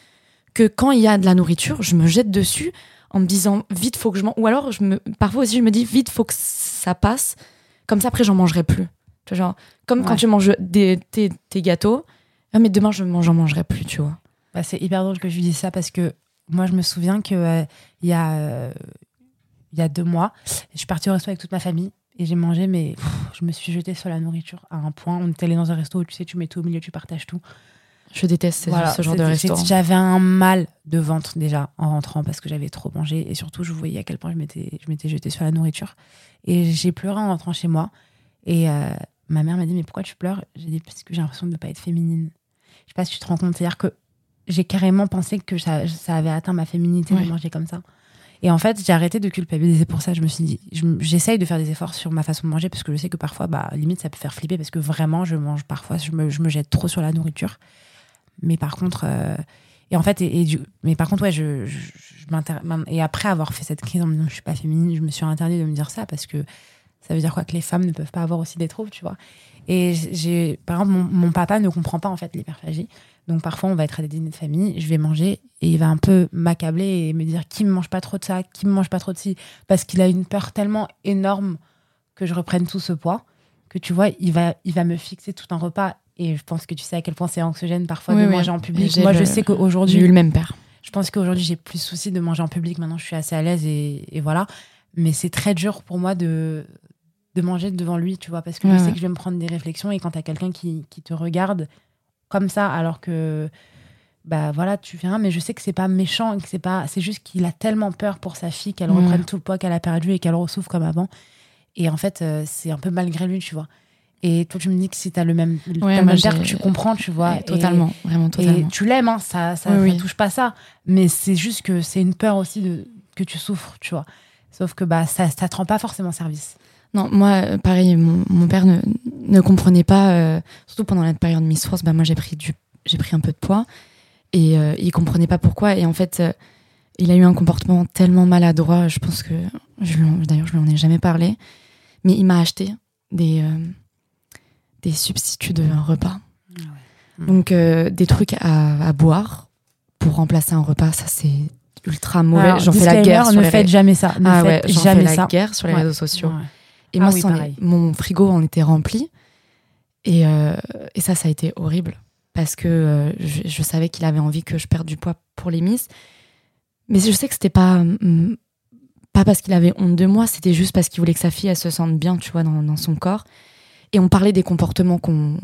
que quand il y a de la nourriture, je me jette dessus en me disant vite, faut que je mange. Ou alors, je me, parfois aussi, je me dis vite, faut que ça passe. Comme ça, après, j'en mangerai plus. Tu vois, genre, comme Ouais. quand tu manges des, tes, tes gâteaux, ah, mais demain, je j'en mangerai plus, tu vois. Bah, c'est hyper drôle que je lui dise ça parce que moi, je me souviens qu'il euh, y, a, euh, y a deux mois, je suis partie au resto avec toute ma famille et j'ai mangé, mais pff, je me suis jetée sur la nourriture à un point. On était allé dans un resto où tu sais, tu mets tout au milieu, tu partages tout. Je déteste ce- Voilà, ce genre de c'était- restaurant. c'était- J'avais un mal de ventre déjà en rentrant parce que j'avais trop mangé et surtout, je voyais à quel point je m'étais, je m'étais jetée sur la nourriture. Et j'ai pleuré en rentrant chez moi. Et euh, ma mère m'a dit, mais pourquoi tu pleures? J'ai dit, parce que j'ai l'impression de ne pas être féminine. Je sais pas si tu te rends compte, c'est-à-dire que j'ai carrément pensé que ça, ça avait atteint ma féminité Ouais. de manger comme ça. Et en fait, j'ai arrêté de culpabiliser pour ça. Je me suis dit, je- j'essaye de faire des efforts sur ma façon de manger parce que je sais que parfois, bah, limite, ça peut faire flipper parce que vraiment, je mange parfois, je me, je me jette trop sur la nourriture. Mais par contre, euh, et en fait, et, et du, mais par contre, ouais, je, je, je m'inter- et après avoir fait cette crise en me disant, je suis pas féminine, je me suis interdit de me dire ça parce que ça veut dire quoi que les femmes ne peuvent pas avoir aussi des troubles, tu vois. Et j'ai, par exemple, mon, mon papa ne comprend pas en fait l'hyperphagie. Donc parfois, on va être à des dîners de famille, je vais manger et il va un peu m'accabler et me dire qui me mange pas trop de ça, qui me mange pas trop de ci, parce qu'il a une peur tellement énorme que je reprenne tout ce poids que tu vois, il va, il va me fixer tout un repas. Et je pense que tu sais à quel point c'est anxiogène parfois Oui, de oui. manger en public. J'ai Moi, le- je sais qu'aujourd'hui, J'ai eu le même père. je pense qu'aujourd'hui, j'ai plus souci de manger en public. Maintenant, je suis assez à l'aise et, et voilà. Mais c'est très dur pour moi de, de manger devant lui, tu vois, parce que Ouais, je sais ouais. que je vais me prendre des réflexions et quand t'as quelqu'un qui, qui te regarde comme ça, alors que, bah voilà, tu viens, mais je sais que c'est pas méchant, et que c'est pas, c'est juste qu'il a tellement peur pour sa fille qu'elle Ouais. reprenne tout le poids qu'elle a perdu et qu'elle ressouffre comme avant. Et en fait, euh, c'est un peu malgré lui, tu vois. Et toi, tu me dis que si t'as le même, t'as Ouais, le moi, même père, j'ai- que tu comprends, tu vois. Ouais, Et- totalement, vraiment et totalement. tu l'aimes, hein, ça, ça, Oui, ça oui. touche pas ça. Mais c'est juste que c'est une peur aussi de, que tu souffres, tu vois. Sauf que bah, ça ne te rend pas forcément service. Non, moi, euh, pareil, mon, mon père ne, ne comprenait pas, euh, surtout pendant la période Miss France, bah, moi j'ai pris, du, j'ai pris un peu de poids et euh, il comprenait pas pourquoi. Et en fait, euh, Il a eu un comportement tellement maladroit, je pense que... Je lui en, d'ailleurs, je lui en ai jamais parlé. Mais il m'a acheté des, euh, des substituts de repas. Ah ouais. Donc, euh, des trucs à, à boire pour remplacer un repas, ça, c'est ultra mauvais. Alors, j'en fais la guerre sur ne les faites ré... jamais ça. Ne ah faites ouais, j'en jamais fais ça. la guerre sur les ouais. réseaux sociaux. Ouais. Et ah moi, oui, est... mon frigo en était rempli. Et, euh, et ça, ça a été horrible. Parce que euh, je, je savais qu'il avait envie que je perde du poids pour les Miss. Mais je sais que c'était pas, hum, pas parce qu'il avait honte de moi, c'était juste parce qu'il voulait que sa fille, elle se sente bien, tu vois, dans, dans son corps. Et on parlait des comportements qu'on...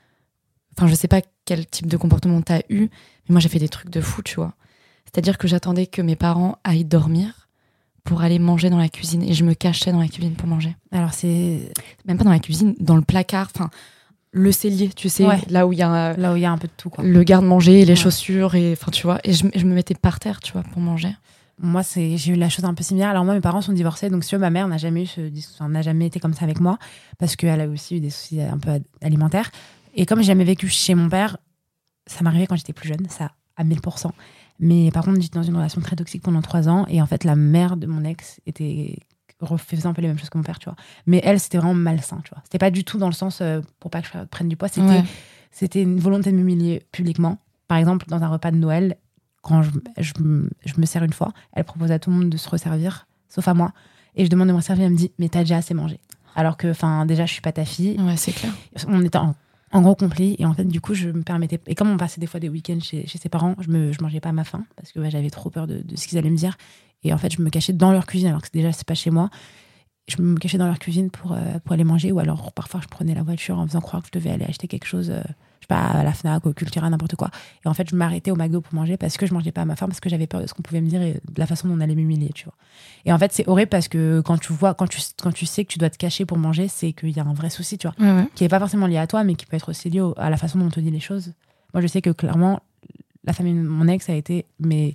Enfin, je sais pas quel type de comportement t'as eu, mais moi, j'ai fait des trucs de fou, tu vois. C'est-à-dire que j'attendais que mes parents aillent dormir pour aller manger dans la cuisine. Et je me cachais dans la cuisine pour manger. Alors, c'est... Même pas dans la cuisine, dans le placard, enfin... Le cellier, tu sais, ouais. là où il y a là où il y a un peu de tout, quoi. Le garde-manger, les ouais. chaussures, et enfin tu vois, et je, je me mettais par terre, tu vois, pour manger. Moi, c'est, j'ai eu la chose un peu similaire. Alors moi, mes parents sont divorcés, donc si tu veux, ma mère n'a jamais eu ce, enfin, n'a jamais été comme ça avec moi, parce qu'elle a aussi eu des soucis un peu alimentaires. Et comme j'ai jamais vécu chez mon père, ça m'arrivait quand j'étais plus jeune, ça à mille pour cent. Mais par contre, j'étais dans une relation très toxique pendant trois ans, et en fait, la mère de mon ex était refaisait un peu les mêmes choses que mon père, tu vois. Mais elle, c'était vraiment malsain, tu vois. C'était pas du tout dans le sens euh, pour pas que je prenne du poids, c'était, ouais. c'était une volonté de m'humilier publiquement. Par exemple, dans un repas de Noël, quand je, je, je me sers une fois, elle propose à tout le monde de se resservir, sauf à moi. Et je demande de me resservir, elle me dit « mais t'as déjà assez mangé ». Alors que, enfin, déjà, je suis pas ta fille. Ouais, c'est clair. On était en, en gros conflit, et en fait, du coup, je me permettais... Et comme on passait des fois des week-ends chez, chez ses parents, je, me, je mangeais pas à ma faim, parce que ouais, j'avais trop peur de, de ce qu'ils allaient me dire. Et en fait, je me cachais dans leur cuisine, alors que déjà, c'est pas chez moi. Je me cachais dans leur cuisine pour, euh, pour aller manger, ou alors parfois, je prenais la voiture en faisant croire que je devais aller acheter quelque chose, euh, je sais pas, à la Fnac, au Cultura, n'importe quoi. Et en fait, je m'arrêtais au McDo pour manger parce que je mangeais pas à ma faim, parce que j'avais peur de ce qu'on pouvait me dire et de la façon dont on allait m'humilier, tu vois. Et en fait, c'est horrible parce que quand tu vois, quand tu, quand tu sais que tu dois te cacher pour manger, c'est qu'il y a un vrai souci, tu vois, ouais, ouais. qui est pas forcément lié à toi, mais qui peut être aussi lié au, à la façon dont on te dit les choses. Moi, je sais que clairement, la famille de mon ex a été, mais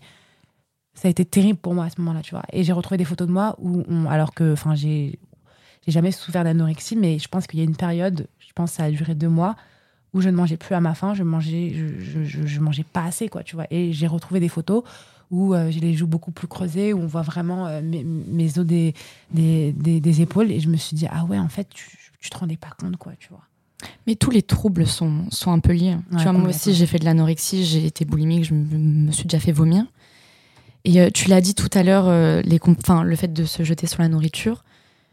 ça a été terrible pour moi à ce moment-là, tu vois. Et j'ai retrouvé des photos de moi où, on, alors que, enfin, j'ai, j'ai jamais souffert d'anorexie, mais je pense qu'il y a une période, je pense que ça a duré deux mois, où je ne mangeais plus à ma faim, je mangeais, je, je, je, je mangeais pas assez, quoi, tu vois. Et j'ai retrouvé des photos où euh, j'ai les joues beaucoup plus creusées, où on voit vraiment euh, mes, mes os des, des, des, des épaules, et je me suis dit, ah ouais, en fait, tu, tu te rendais pas compte, quoi, tu vois. Mais tous les troubles sont, sont un peu liés. Ouais, tu vois, moi aussi, j'ai fait de l'anorexie, j'ai été boulimique, je me, me suis déjà fait vomir. Et euh, tu l'as dit tout à l'heure, euh, les comp- le fait de se jeter sur la nourriture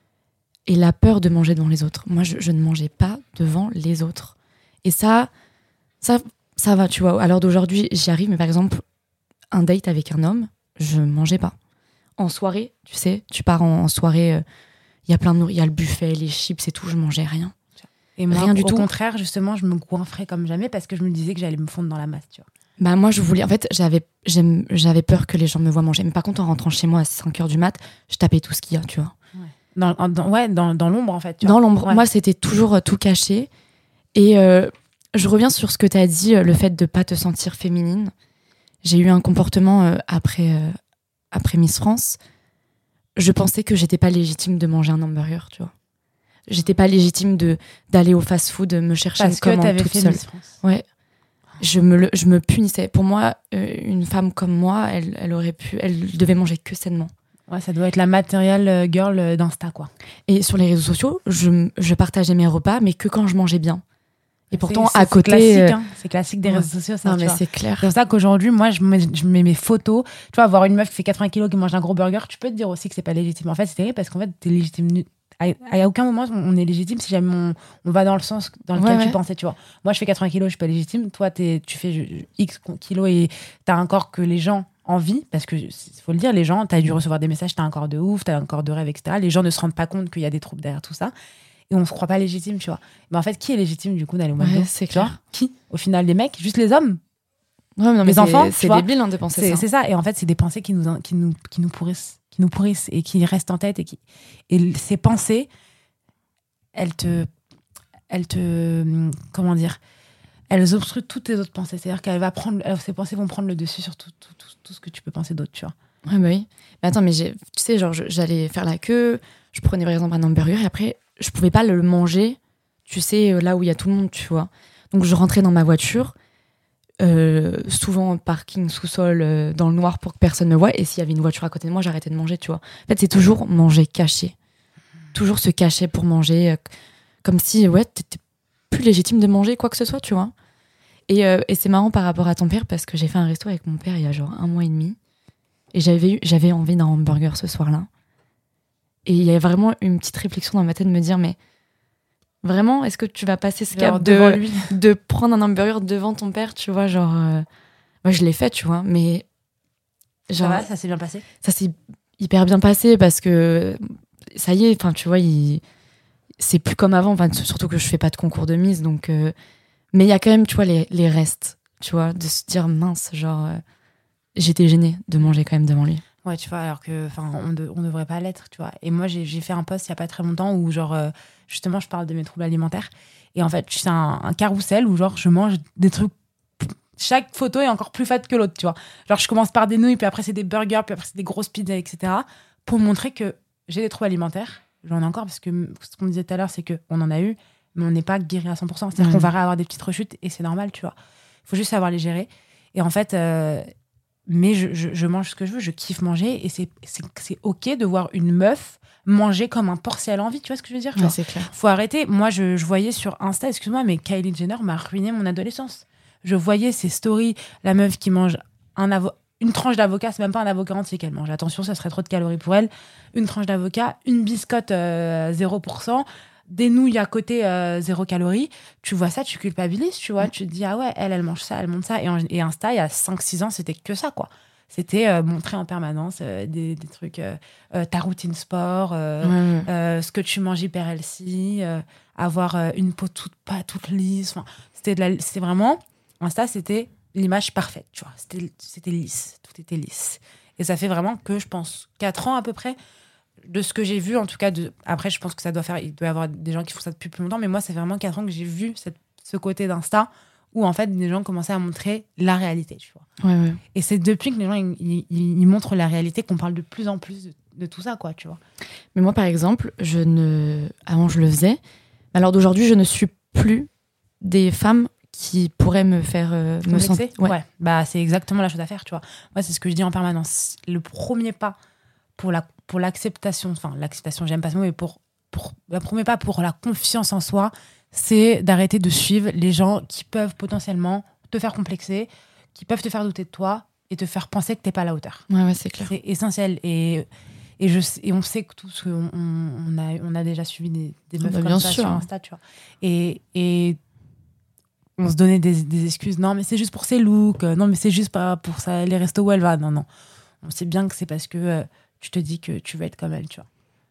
et la peur de manger devant les autres. Moi, je, je ne mangeais pas devant les autres. Et ça, ça, ça va, tu vois. À l'heure d'aujourd'hui, j'y arrive, mais par exemple, un date avec un homme, je ne mangeais pas. En soirée, tu sais, tu pars en, en soirée, il euh, y a plein de nourriture, il y a le buffet, les chips et tout, je mangeais rien. Et moi, rien du au tout. contraire, justement, je me goinfrais comme jamais parce que je me disais que j'allais me fondre dans la masse, tu vois. Bah moi, je voulais... En fait, j'avais, j'aime, j'avais peur que les gens me voient manger. Mais par contre, en rentrant chez moi à cinq heures du mat, je tapais tout ce qu'il y a, tu vois. Ouais, dans, dans, ouais, dans, dans l'ombre, en fait. Tu dans vois. l'ombre. Ouais. Moi, c'était toujours euh, tout caché. Et euh, je reviens sur ce que tu as dit, euh, le fait de ne pas te sentir féminine. J'ai eu un comportement euh, après, euh, après Miss France. Je pensais que j'étais pas légitime de manger un hamburger, tu vois. J'étais pas légitime de, d'aller au fast-food, me chercher Parce une commande que toute fait seule. Miss France. Ouais. Je me, le, je me punissais. Pour moi, euh, une femme comme moi, elle, elle aurait pu, elle devait manger que sainement. Ouais, ça doit être la matérielle girl d'Insta, quoi. Et sur les réseaux sociaux, je, je partageais mes repas, mais que quand je mangeais bien. Et pourtant, c'est, c'est, à côté... C'est classique, hein. C'est classique des ouais. réseaux sociaux, ça. Non, tu mais vois. c'est clair. C'est pour ça qu'aujourd'hui, moi, je mets, je mets mes photos. Tu vois, voir une meuf qui fait quatre-vingts kilos qui mange un gros burger, tu peux te dire aussi que c'est pas légitime. En fait, c'est terrible parce qu'en fait, t'es légitime... À, à aucun moment on est légitime si jamais on, on va dans le sens dans lequel ouais, tu ouais. pensais, tu vois. Moi, je fais quatre-vingts kilos, je suis pas légitime. Toi, t'es, tu fais X kilos et t'as un corps que les gens envient, parce que faut le dire, les gens, t'as dû recevoir des messages, t'as un corps de ouf, t'as un corps de rêve, et cetera. Les gens ne se rendent pas compte qu'il y a des troubles derrière tout ça et on se croit pas légitime, tu vois. Mais en fait, qui est légitime du coup d'aller au McDo, ouais, c'est clair. Vois qui au final, les mecs, juste les hommes. Ouais, non, mais les c'est, enfants, c'est débile hein, de penser c'est, ça. C'est ça. Et en fait, c'est des pensées qui nous, qui nous, qui nous pourrissent, qui nous pourrissent et qui restent en tête et qui, et ces pensées, elles te, elles te, comment dire, elles obstruent toutes tes autres pensées. C'est-à-dire qu'elles va prendre, ces pensées vont prendre le dessus sur tout, tout, tout, tout ce que tu peux penser d'autre, tu vois. Ouais, bah oui. Mais attends, mais j'ai, tu sais, genre, j'allais faire la queue, je prenais par exemple un hamburger et après, je pouvais pas le manger, tu sais, là où il y a tout le monde, tu vois. Donc, je rentrais dans ma voiture, euh, souvent parking sous-sol euh, dans le noir pour que personne ne voie. Et s'il y avait une voiture à côté de moi, j'arrêtais de manger, tu vois. En fait, c'est toujours manger caché. Toujours se cacher pour manger. Euh, comme si, ouais, t'étais plus légitime de manger quoi que ce soit, tu vois. Et, euh, et c'est marrant par rapport à ton père parce que j'ai fait un resto avec mon père il y a genre un mois et demi. Et j'avais, eu, j'avais envie d'un hamburger ce soir-là. Et il y a vraiment une petite réflexion dans ma tête de me dire, mais vraiment, est-ce que tu vas passer ce cap de, lui. de prendre un hamburger devant ton père, tu vois, genre... Euh, moi, je l'ai fait, tu vois, mais... Genre, ça va, ça s'est bien passé ? Ça s'est hyper bien passé parce que, ça y est, enfin, tu vois, il... c'est plus comme avant, surtout que je fais pas de concours de mise, donc... Euh... Mais il y a quand même, tu vois, les, les restes, tu vois, de se dire, mince, genre... Euh... J'étais gênée de manger quand même devant lui. Ouais, tu vois, alors que, enfin, on, de, on devrait pas l'être, tu vois. Et moi, j'ai, j'ai fait un post il y a pas très longtemps où, genre, euh, justement, je parle de mes troubles alimentaires. Et en fait, c'est un, un carrousel où, genre, je mange des trucs. Chaque photo est encore plus fat que l'autre, tu vois. Genre, je commence par des nouilles, puis après, c'est des burgers, puis après, c'est des grosses pizzas, et cetera. Pour montrer que j'ai des troubles alimentaires. J'en ai encore, parce que ce qu'on disait tout à l'heure, c'est qu'on en a eu, mais on n'est pas guéri à cent pour cent. C'est-à-dire mmh. qu'on va avoir des petites rechutes, et c'est normal, tu vois. Il faut juste savoir les gérer. Et en fait. Euh, Mais je, je, je mange ce que je veux, je kiffe manger et c'est, c'est, c'est ok de voir une meuf manger comme un porc si elle a envie, tu vois ce que je veux dire ? Ouais, c'est clair. Faut arrêter. Moi, je, je voyais sur Insta, excuse-moi, mais Kylie Jenner m'a ruiné mon adolescence. Je voyais ses stories, la meuf qui mange un avo- une tranche d'avocat, c'est même pas un avocat entier qu'elle mange. Attention, ça serait trop de calories pour elle. Une tranche d'avocat, une biscotte euh, zéro pour cent, des nouilles à côté, euh, zéro calorie. Tu vois ça, tu culpabilises, tu vois. Mm. Tu te dis, ah ouais, elle, elle mange ça, elle mange ça. Et, en, et Insta, il y a cinq six ans, c'était que ça, quoi. C'était euh, montrer en permanence euh, des, des trucs, euh, euh, ta routine sport, euh, mm. euh, ce que tu manges hyper healthy, euh, avoir euh, une peau toute, pas toute lisse. Enfin, c'était, de la, c'était vraiment, Insta, c'était l'image parfaite, tu vois. C'était, c'était lisse, tout était lisse. Et ça fait vraiment que, je pense, quatre ans à peu près, de ce que j'ai vu, en tout cas, de... après, je pense que ça doit faire, il doit y avoir des gens qui font ça depuis plus longtemps, mais moi, ça fait vraiment quatre ans que j'ai vu cette... ce côté d'Insta où, en fait, des gens commençaient à montrer la réalité, tu vois. Ouais, ouais. Et c'est depuis que les gens, ils, ils, ils montrent la réalité qu'on parle de plus en plus de, de tout ça, quoi, tu vois. Mais moi, par exemple, je ne... avant, je le faisais. Alors d'aujourd'hui, je ne suis plus des femmes qui pourraient me faire euh, me sentir... Ouais. ouais, bah, c'est exactement la chose à faire, tu vois. Moi, c'est ce que je dis en permanence. Le premier pas pour la pour l'acceptation, enfin l'acceptation, j'aime pas ce mot, mais pour, pour le premier pas pour la confiance en soi, c'est d'arrêter de suivre les gens qui peuvent potentiellement te faire complexer, qui peuvent te faire douter de toi et te faire penser que t'es pas à la hauteur. Ouais, ouais, c'est clair. C'est essentiel. Et, et, je, et on sait que tous, on, on, a, on a déjà suivi des, des meufs bah, comme bien ça sûr. sur Insta, tu vois. Et, et on se donnait des, des excuses. Non, mais c'est juste pour ses looks. Non, mais c'est juste pas pour ça, les restos où elle va. Non, non. On sait bien que c'est parce que euh, tu te dis que tu veux être comme elle, tu vois.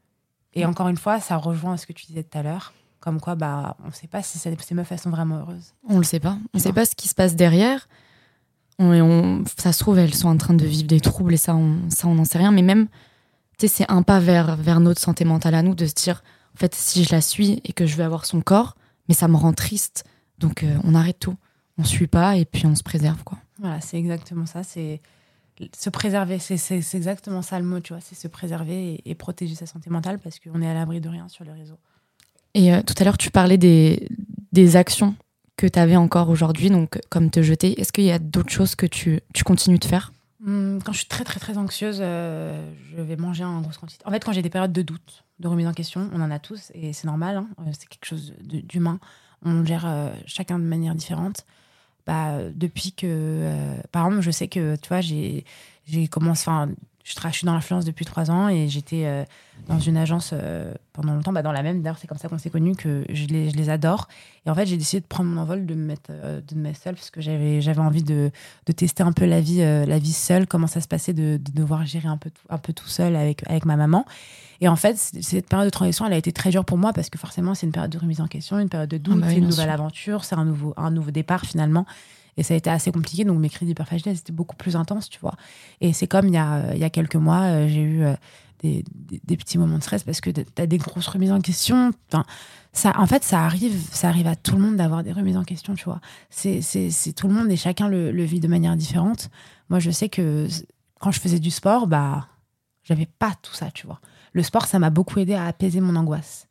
Et mmh. encore une fois, ça rejoint ce que tu disais tout à l'heure, comme quoi, bah, on ne sait pas si ces meufs, elles sont vraiment heureuses. On ne le sait pas. On ne sait pas ce qui se passe derrière. On, on, ça se trouve, elles sont en train de vivre des troubles et ça, on ça, on n'en sait rien. Mais même, tu sais, c'est un pas vers, vers notre santé mentale à nous, de se dire, en fait, si je la suis et que je veux avoir son corps, mais ça me rend triste. Donc, euh, on arrête tout. On ne suit pas et puis on se préserve, quoi. Voilà, c'est exactement ça. C'est... Se préserver, c'est, c'est, c'est exactement ça le mot, tu vois, c'est se préserver et, et protéger sa santé mentale parce qu'on est à l'abri de rien sur les réseaux. Et euh, tout à l'heure, tu parlais des, des actions que tu avais encore aujourd'hui, donc comme te jeter. Est-ce qu'il y a d'autres choses que tu, tu continues de faire ? Hum, Quand je suis très, très, très anxieuse, euh, je vais manger en grosse quantité. En fait, quand j'ai des périodes de doute, de remise en question, on en a tous et c'est normal, hein, c'est quelque chose de, d'humain. On gère euh, chacun de manière différente. Bah, depuis que, euh, par exemple, je sais que, tu vois, j'ai, j'ai commencé, enfin, je, tra- je suis dans l'influence depuis trois ans et j'étais euh, dans une agence euh, pendant longtemps, bah, dans la même, d'ailleurs, c'est comme ça qu'on s'est connus, que je les, je les adore. Et en fait, j'ai décidé de prendre mon envol, de me mettre, euh, de me mettre seule, parce que j'avais, j'avais envie de, de tester un peu la vie, euh, la vie seule, comment ça se passait de, de devoir gérer un peu, tout, un peu tout seul avec, avec ma maman. Et en fait, cette période de transition, elle a été très dure pour moi parce que forcément, c'est une période de remise en question, une période de doute, ah bah oui, c'est une nouvelle sûr. aventure, c'est un nouveau, un nouveau départ finalement. Et ça a été assez compliqué, donc mes crises d'hyperphagie, c'était beaucoup plus intense, tu vois. Et c'est comme il y a, il y a quelques mois, euh, j'ai eu euh, des, des, des petits moments de stress parce que tu as des grosses remises en question. Enfin, ça, en fait, ça arrive, ça arrive à tout le monde d'avoir des remises en question, tu vois. C'est, c'est, c'est tout le monde et chacun le, le vit de manière différente. Moi, je sais que quand je faisais du sport, bah, j'avais pas tout ça, tu vois. Le sport, ça m'a beaucoup aidé à apaiser mon angoisse.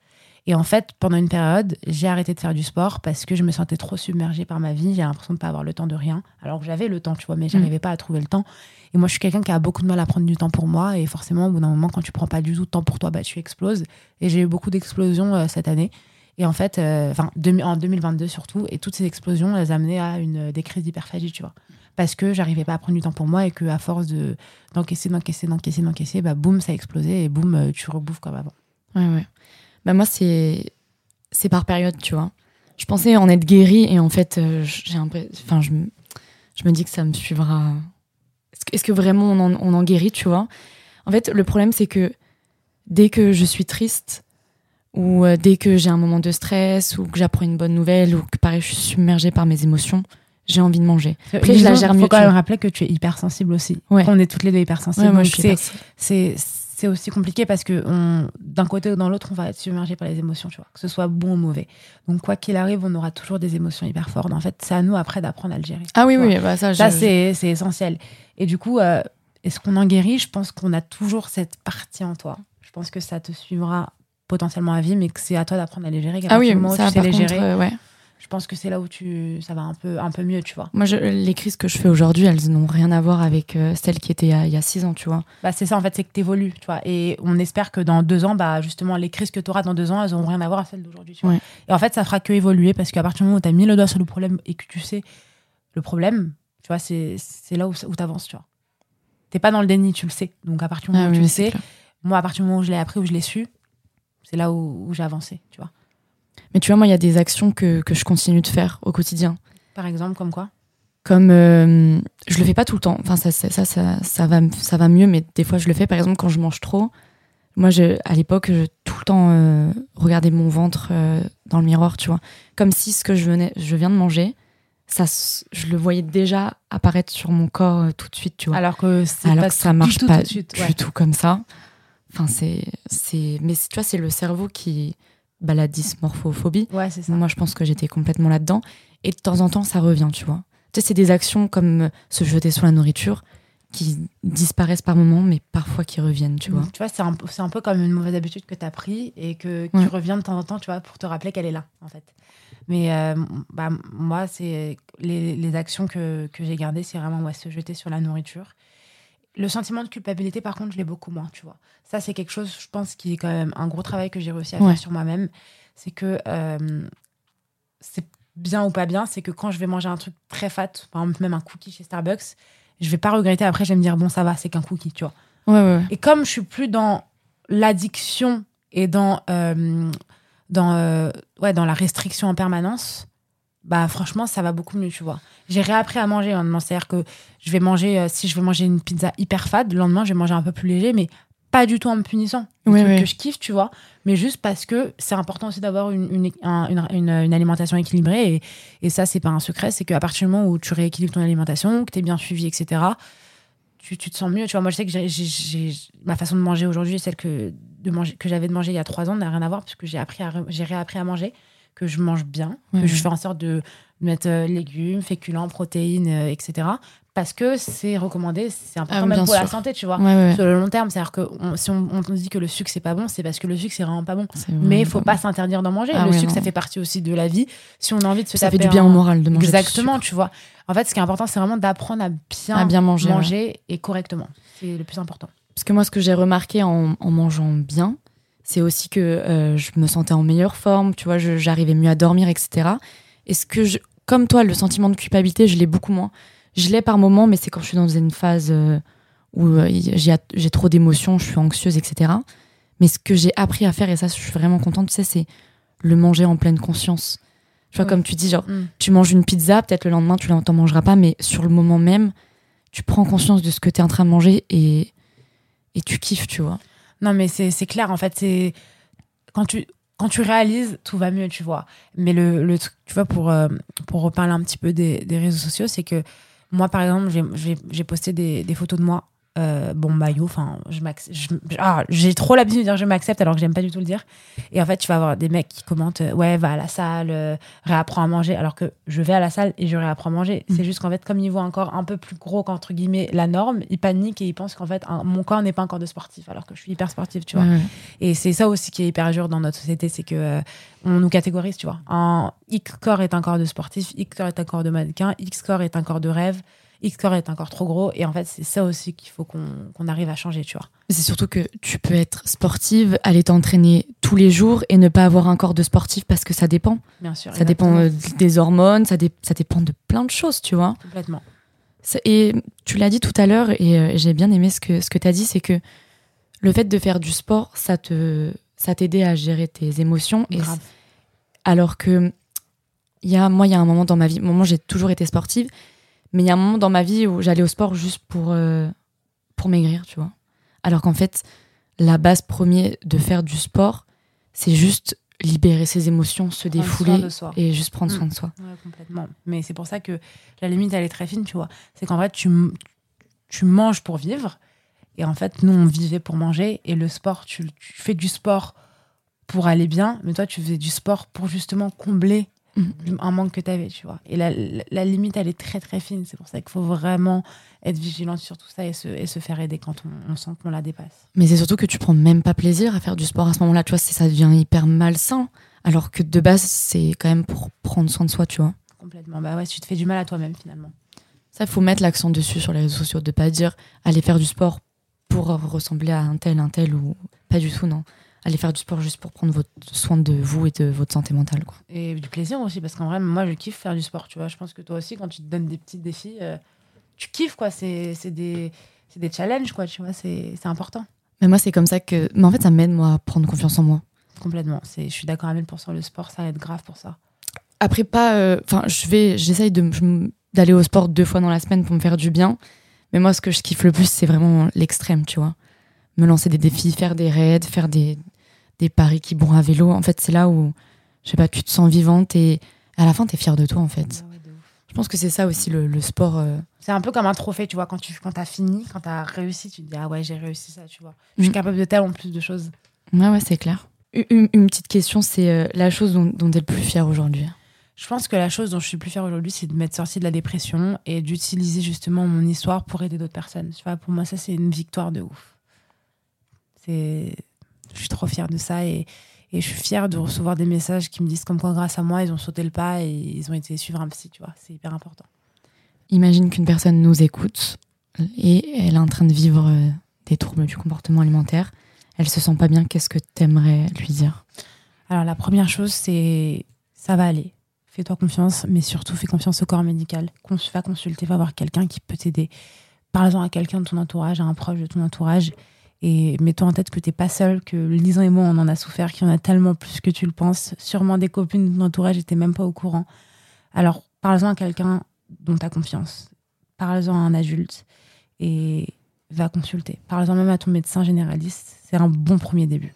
Et en fait, pendant une période, j'ai arrêté de faire du sport parce que je me sentais trop submergée par ma vie. J'ai l'impression de ne pas avoir le temps de rien. Alors que j'avais le temps, tu vois, mais je n'arrivais mmh. pas à trouver le temps. Et moi, je suis quelqu'un qui a beaucoup de mal à prendre du temps pour moi. Et forcément, au bout d'un moment, quand tu ne prends pas du tout de temps pour toi, bah, tu exploses. Et j'ai eu beaucoup d'explosions euh, cette année. Et en fait, euh, de, en deux mille vingt-deux surtout, et toutes ces explosions, elles amenaient à une, des crises d'hyperphagie, tu vois. Parce que j'arrivais pas à prendre du temps pour moi et qu'à force de, d'encaisser, d'encaisser, d'encaisser, d'encaisser, bah, boum, ça a explosé et boum, tu rebouffes comme avant. Ouais, ouais. Bah, moi, c'est... c'est par période, tu vois. Je pensais en être guérie et en fait, euh, j'ai un peu, enfin, je, me... je me dis que ça me suivra. Est-ce que, est-ce que vraiment on en, on en guérit, tu vois ? En fait, le problème, c'est que dès que je suis triste ou euh, dès que j'ai un moment de stress ou que j'apprends une bonne nouvelle ou que pareil, je suis submergée par mes émotions, j'ai envie de manger. Après, je la gère mieux. Il faut quand même rappeler que tu es hypersensible aussi. Ouais. On est toutes les deux hypersensibles. Ouais, moi, donc je suis c'est, hypersensible. c'est, c'est aussi compliqué parce que on, d'un côté ou dans l'autre, on va être submergé par les émotions, tu vois, que ce soit bon ou mauvais. Donc, quoi qu'il arrive, on aura toujours des émotions hyper fortes. En fait, c'est à nous après d'apprendre à le gérer. Ah oui, oui, bah ça, ça je... c'est, c'est essentiel. Et du coup, euh, est-ce qu'on en guérit ? Je pense qu'on a toujours cette partie en toi. Je pense que ça te suivra potentiellement à vie, mais que c'est à toi d'apprendre à les gérer. Ah oui, moment ça, où tu sais par les contre, gérer, euh, ouais. Je pense que c'est là où tu, ça va un peu, un peu mieux, tu vois. Moi, je, les crises que je fais aujourd'hui, elles n'ont rien à voir avec euh, celles qui étaient il y a six ans, tu vois. Bah, c'est ça, en fait, c'est que tu évolues, tu vois. Et on espère que dans deux ans, bah, justement, les crises que tu auras dans deux ans, elles n'auront rien à voir avec celles d'aujourd'hui, tu vois. Ouais. Et en fait, ça fera que évoluer parce qu'à partir du moment où tu as mis le doigt sur le problème et que tu sais le problème, tu vois, c'est, c'est là où, où tu avances, tu vois. Tu n'es pas dans le déni, tu le sais. Donc, à partir du moment ah, où oui, tu le sais, clair. moi, à partir du moment où je l'ai appris, où je l'ai su, c'est là où, où j'ai avancé, tu vois. Mais tu vois, moi, il y a des actions que, que je continue de faire au quotidien. Par exemple, comme quoi ? Comme euh, je le fais pas tout le temps. Enfin, ça, ça, ça, ça, ça, va, ça va mieux, mais des fois, je le fais. Par exemple, quand je mange trop, moi, je, à l'époque, je tout le temps euh, regardais mon ventre euh, dans le miroir, tu vois. Comme si ce que je, venais, je viens de manger, ça, je le voyais déjà apparaître sur mon corps euh, tout de suite, tu vois. Alors que, c'est Alors pas que ça marche tout, pas tout de suite, ouais. du tout comme ça. Enfin, c'est, c'est... Mais tu vois, c'est le cerveau qui... Bah, la dysmorphophobie. Ouais, c'est ça. Moi, je pense que j'étais complètement là-dedans. Et de temps en temps, ça revient, tu vois. Tu sais, c'est des actions comme se jeter sur la nourriture qui disparaissent par moments, mais parfois qui reviennent, tu vois. Tu vois, c'est un, c'est un peu comme une mauvaise habitude que tu as pris et que, que ouais. tu reviens de temps en temps, tu vois, pour te rappeler qu'elle est là, en fait. Mais euh, bah, moi, c'est les, les actions que, que j'ai gardées, c'est vraiment ouais, se jeter sur la nourriture. Le sentiment de culpabilité, par contre, je l'ai beaucoup moins, tu vois. Ça, c'est quelque chose, je pense, qui est quand même un gros travail que j'ai réussi à faire ouais. sur moi-même. C'est que euh, c'est bien ou pas bien, c'est que quand je vais manger un truc très fat, par exemple même un cookie chez Starbucks, je vais pas regretter. Après, je vais me dire, bon, ça va, c'est qu'un cookie, tu vois. Ouais, ouais, ouais. Et comme je suis plus dans l'addiction et dans, euh, dans, euh, ouais, dans la restriction en permanence, bah franchement, ça va beaucoup mieux, tu vois. J'ai réappris à manger maintenant. C'est-à-dire que je vais manger, euh, si je vais manger une pizza hyper fade, le lendemain, je vais manger un peu plus léger, mais pas du tout en me punissant. Des ouais, trucs ouais. que je kiffe, tu vois. Mais juste parce que c'est important aussi d'avoir une, une, un, une, une, une alimentation équilibrée. Et, et ça, c'est pas un secret. C'est qu'à partir du moment où tu rééquilibres ton alimentation, que tu es bien suivi, et cetera, tu, tu te sens mieux. Tu vois, moi, je sais que j'ai, j'ai, j'ai, ma façon de manger aujourd'hui, celle que, de manger, que j'avais de manger il y a trois ans, n'a rien à voir, parce que j'ai, appris à, j'ai réappris à manger, que je mange bien, ouais, que je ouais. fais en sorte de mettre euh, légumes, féculents, protéines, euh, et cetera. Parce que c'est recommandé, c'est important ah, même pour sûr. la santé, tu vois. Ouais, ouais. Sur le long terme, c'est-à-dire que on, si on, on dit que le sucre, c'est pas bon, c'est parce que le sucre, c'est vraiment pas bon. Mais il faut pas, pas s'interdire d'en manger. Ah, le ouais, sucre, non. ça fait partie aussi de la vie. Si on a envie de se ça taper fait du bien un... au moral de manger Exactement, tu vois. En fait, ce qui est important, c'est vraiment d'apprendre à bien, à bien manger, manger ouais. et correctement. C'est le plus important. Parce que moi, ce que j'ai remarqué en, en mangeant bien, c'est aussi que euh, je me sentais en meilleure forme, tu vois, je, j'arrivais mieux à dormir, et cetera. Et ce que je, comme toi, le sentiment de culpabilité, je l'ai beaucoup moins. Je l'ai par moments, mais c'est quand je suis dans une phase euh, où euh, j'ai, j'ai trop d'émotions, je suis anxieuse, et cetera. Mais ce que j'ai appris à faire, et ça, je suis vraiment contente, tu sais, c'est le manger en pleine conscience. Tu vois, oui. Comme tu dis, genre, mm. tu manges une pizza, peut-être le lendemain, tu n'en mangeras pas, mais sur le moment même, tu prends conscience de ce que tu es en train de manger et, et tu kiffes, tu vois. Non, mais c'est, c'est clair, en fait, c'est... Quand tu... Quand tu réalises, tout va mieux, tu vois. Mais le, le truc, tu vois, pour, euh, pour reparler un petit peu des, des réseaux sociaux, c'est que moi, par exemple, j'ai, j'ai, j'ai posté des, des photos de moi Euh, bon maillot, enfin je je, ah, j'ai trop l'habitude de dire je m'accepte alors que j'aime pas du tout le dire. Et en fait tu vas avoir des mecs qui commentent euh, ouais va à la salle, euh, réapprends à manger, alors que je vais à la salle et je réapprends à manger. Mmh. C'est juste qu'en fait comme ils voient encore un peu plus gros qu'entre guillemets la norme, ils paniquent et ils pensent qu'en fait un, mon corps n'est pas un corps de sportif alors que je suis hyper sportive, tu vois. Mmh. Et c'est ça aussi qui est hyper dur dans notre société, c'est que euh, on nous catégorise, tu vois. Un X corps est un corps de sportif, X corps est un corps de mannequin, X corps est un corps de rêve. X corps est encore trop gros, et en fait c'est ça aussi qu'il faut qu'on, qu'on arrive à changer, tu vois. C'est surtout que tu peux être sportive, aller t'entraîner tous les jours et ne pas avoir un corps de sportif parce que ça dépend. Bien sûr. Ça exactement. dépend euh, des hormones, ça, dé- ça dépend de plein de choses, tu vois. Complètement. Et tu l'as dit tout à l'heure, et euh, j'ai bien aimé ce que, ce que tu as dit, c'est que le fait de faire du sport, ça, te, ça t'aidait à gérer tes émotions. Et alors que y a, moi, il y a un moment dans ma vie, moment j'ai toujours été sportive, mais il y a un moment dans ma vie où j'allais au sport juste pour, euh, pour maigrir, tu vois. Alors qu'en fait, la base première de faire du sport, c'est juste libérer ses émotions, se prendre défouler et juste prendre mmh. soin de soi. Ouais, complètement. Mais c'est pour ça que la limite, elle est très fine, tu vois. C'est qu'en fait, tu, tu manges pour vivre. Et en fait, nous, on vivait pour manger. Et le sport, tu, tu fais du sport pour aller bien. Mais toi, tu faisais du sport pour justement combler un manque que tu avais, tu vois. Et la, la, la limite, elle est très, très fine. C'est pour ça qu'il faut vraiment être vigilante sur tout ça et se, et se faire aider quand on, on sent qu'on la dépasse. Mais c'est surtout que tu prends même pas plaisir à faire du sport à ce moment-là, tu vois, c'est, ça devient hyper malsain. Alors que de base, c'est quand même pour prendre soin de soi, tu vois. Complètement. Bah ouais, tu te fais du mal à toi-même, finalement. Ça, il faut mettre l'accent dessus sur les réseaux sociaux, de pas dire aller faire du sport pour ressembler à un tel, un tel, ou pas du tout, non. Aller faire du sport juste pour prendre votre soin de vous et de votre santé mentale, quoi. Et du plaisir aussi, parce qu'en vrai, moi, je kiffe faire du sport, tu vois. Je pense que toi aussi, quand tu te donnes des petits défis, euh, tu kiffes, quoi. C'est, c'est, des, c'est des challenges, quoi, tu vois. C'est, c'est important. Mais moi, c'est comme ça que... Mais en fait, ça m'aide, moi, à prendre confiance en moi. Complètement. C'est, je suis d'accord à mille pour cent. Le sport, ça aide grave pour ça. Après, pas... Enfin, euh, je vais... J'essaye de, je, d'aller au sport deux fois dans la semaine pour me faire du bien. Mais moi, ce que je kiffe le plus, c'est vraiment l'extrême, tu vois. Me lancer des défis, faire des raids, faire des... des paris qui bourrent à vélo. En fait, c'est là où, je sais pas, tu te sens vivante et à la fin, t'es fière de toi, en fait. Ouais, je pense que c'est ça aussi, le, le sport. Euh... C'est un peu comme un trophée, tu vois. Quand, tu, quand t'as fini, quand t'as réussi, tu te dis « Ah ouais, j'ai réussi ça, tu vois. Je suis mmh. capable de tel en plus de choses. » Ouais, ouais, c'est clair. Une, une petite question, c'est euh, la chose dont, dont t'es le plus fière aujourd'hui? Je pense que la chose dont je suis le plus fière aujourd'hui, c'est de m'être sortie de la dépression et d'utiliser justement mon histoire pour aider d'autres personnes. Tu vois, pour moi, ça, c'est une victoire de ouf. C'est... Je suis trop fière de ça et, et je suis fière de recevoir des messages qui me disent comme quoi grâce à moi ils ont sauté le pas et ils ont été suivre un psy, tu vois, c'est hyper important. Imagine qu'une personne nous écoute et elle est en train de vivre des troubles du comportement alimentaire, elle se sent pas bien, qu'est-ce que t'aimerais lui dire? Alors la première chose, c'est ça va aller, fais-toi confiance, mais surtout fais confiance au corps médical, va consulter, va voir quelqu'un qui peut t'aider, parle-en à quelqu'un de ton entourage, à un proche de ton entourage. Et mets-toi en tête que t'es pas seule, que Lisan et moi, on en a souffert, qu'il y en a tellement plus que tu le penses. Sûrement des copines de ton entourage n'étaient même pas au courant. Alors, parle-en à quelqu'un dont t'as confiance. Parle-en à un adulte et va consulter. Parle-en même à ton médecin généraliste. C'est un bon premier début.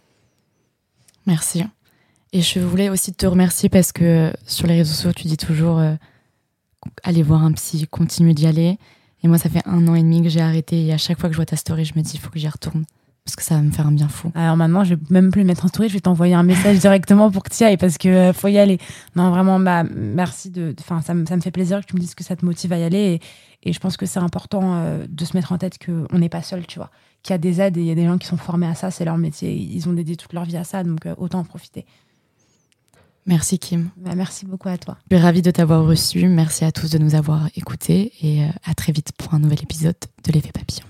Merci. Et je voulais aussi te remercier parce que sur les réseaux sociaux, tu dis toujours euh, allez voir un psy, continue d'y aller. Et moi, ça fait un an et demi que j'ai arrêté. Et à chaque fois que je vois ta story, je me dis, il faut que j'y retourne. Parce que ça va me faire un bien fou. Alors maintenant, je vais même plus mettre en story. Je vais t'envoyer un message directement pour que tu y ailles. Parce qu'il euh, faut y aller. Non, vraiment, bah, merci. De, ça, ça me fait plaisir que tu me dises que ça te motive à y aller. Et, et je pense que c'est important euh, de se mettre en tête qu'on n'est pas seul, tu vois. Qu'il y a des aides et il y a des gens qui sont formés à ça. C'est leur métier. Ils ont dédié toute leur vie à ça. Donc, euh, autant en profiter. Merci Kim. Bah, merci beaucoup à toi. Je suis ravie de t'avoir reçu. Merci à tous de nous avoir écoutés et à très vite pour un nouvel épisode de l'Effet Papillon.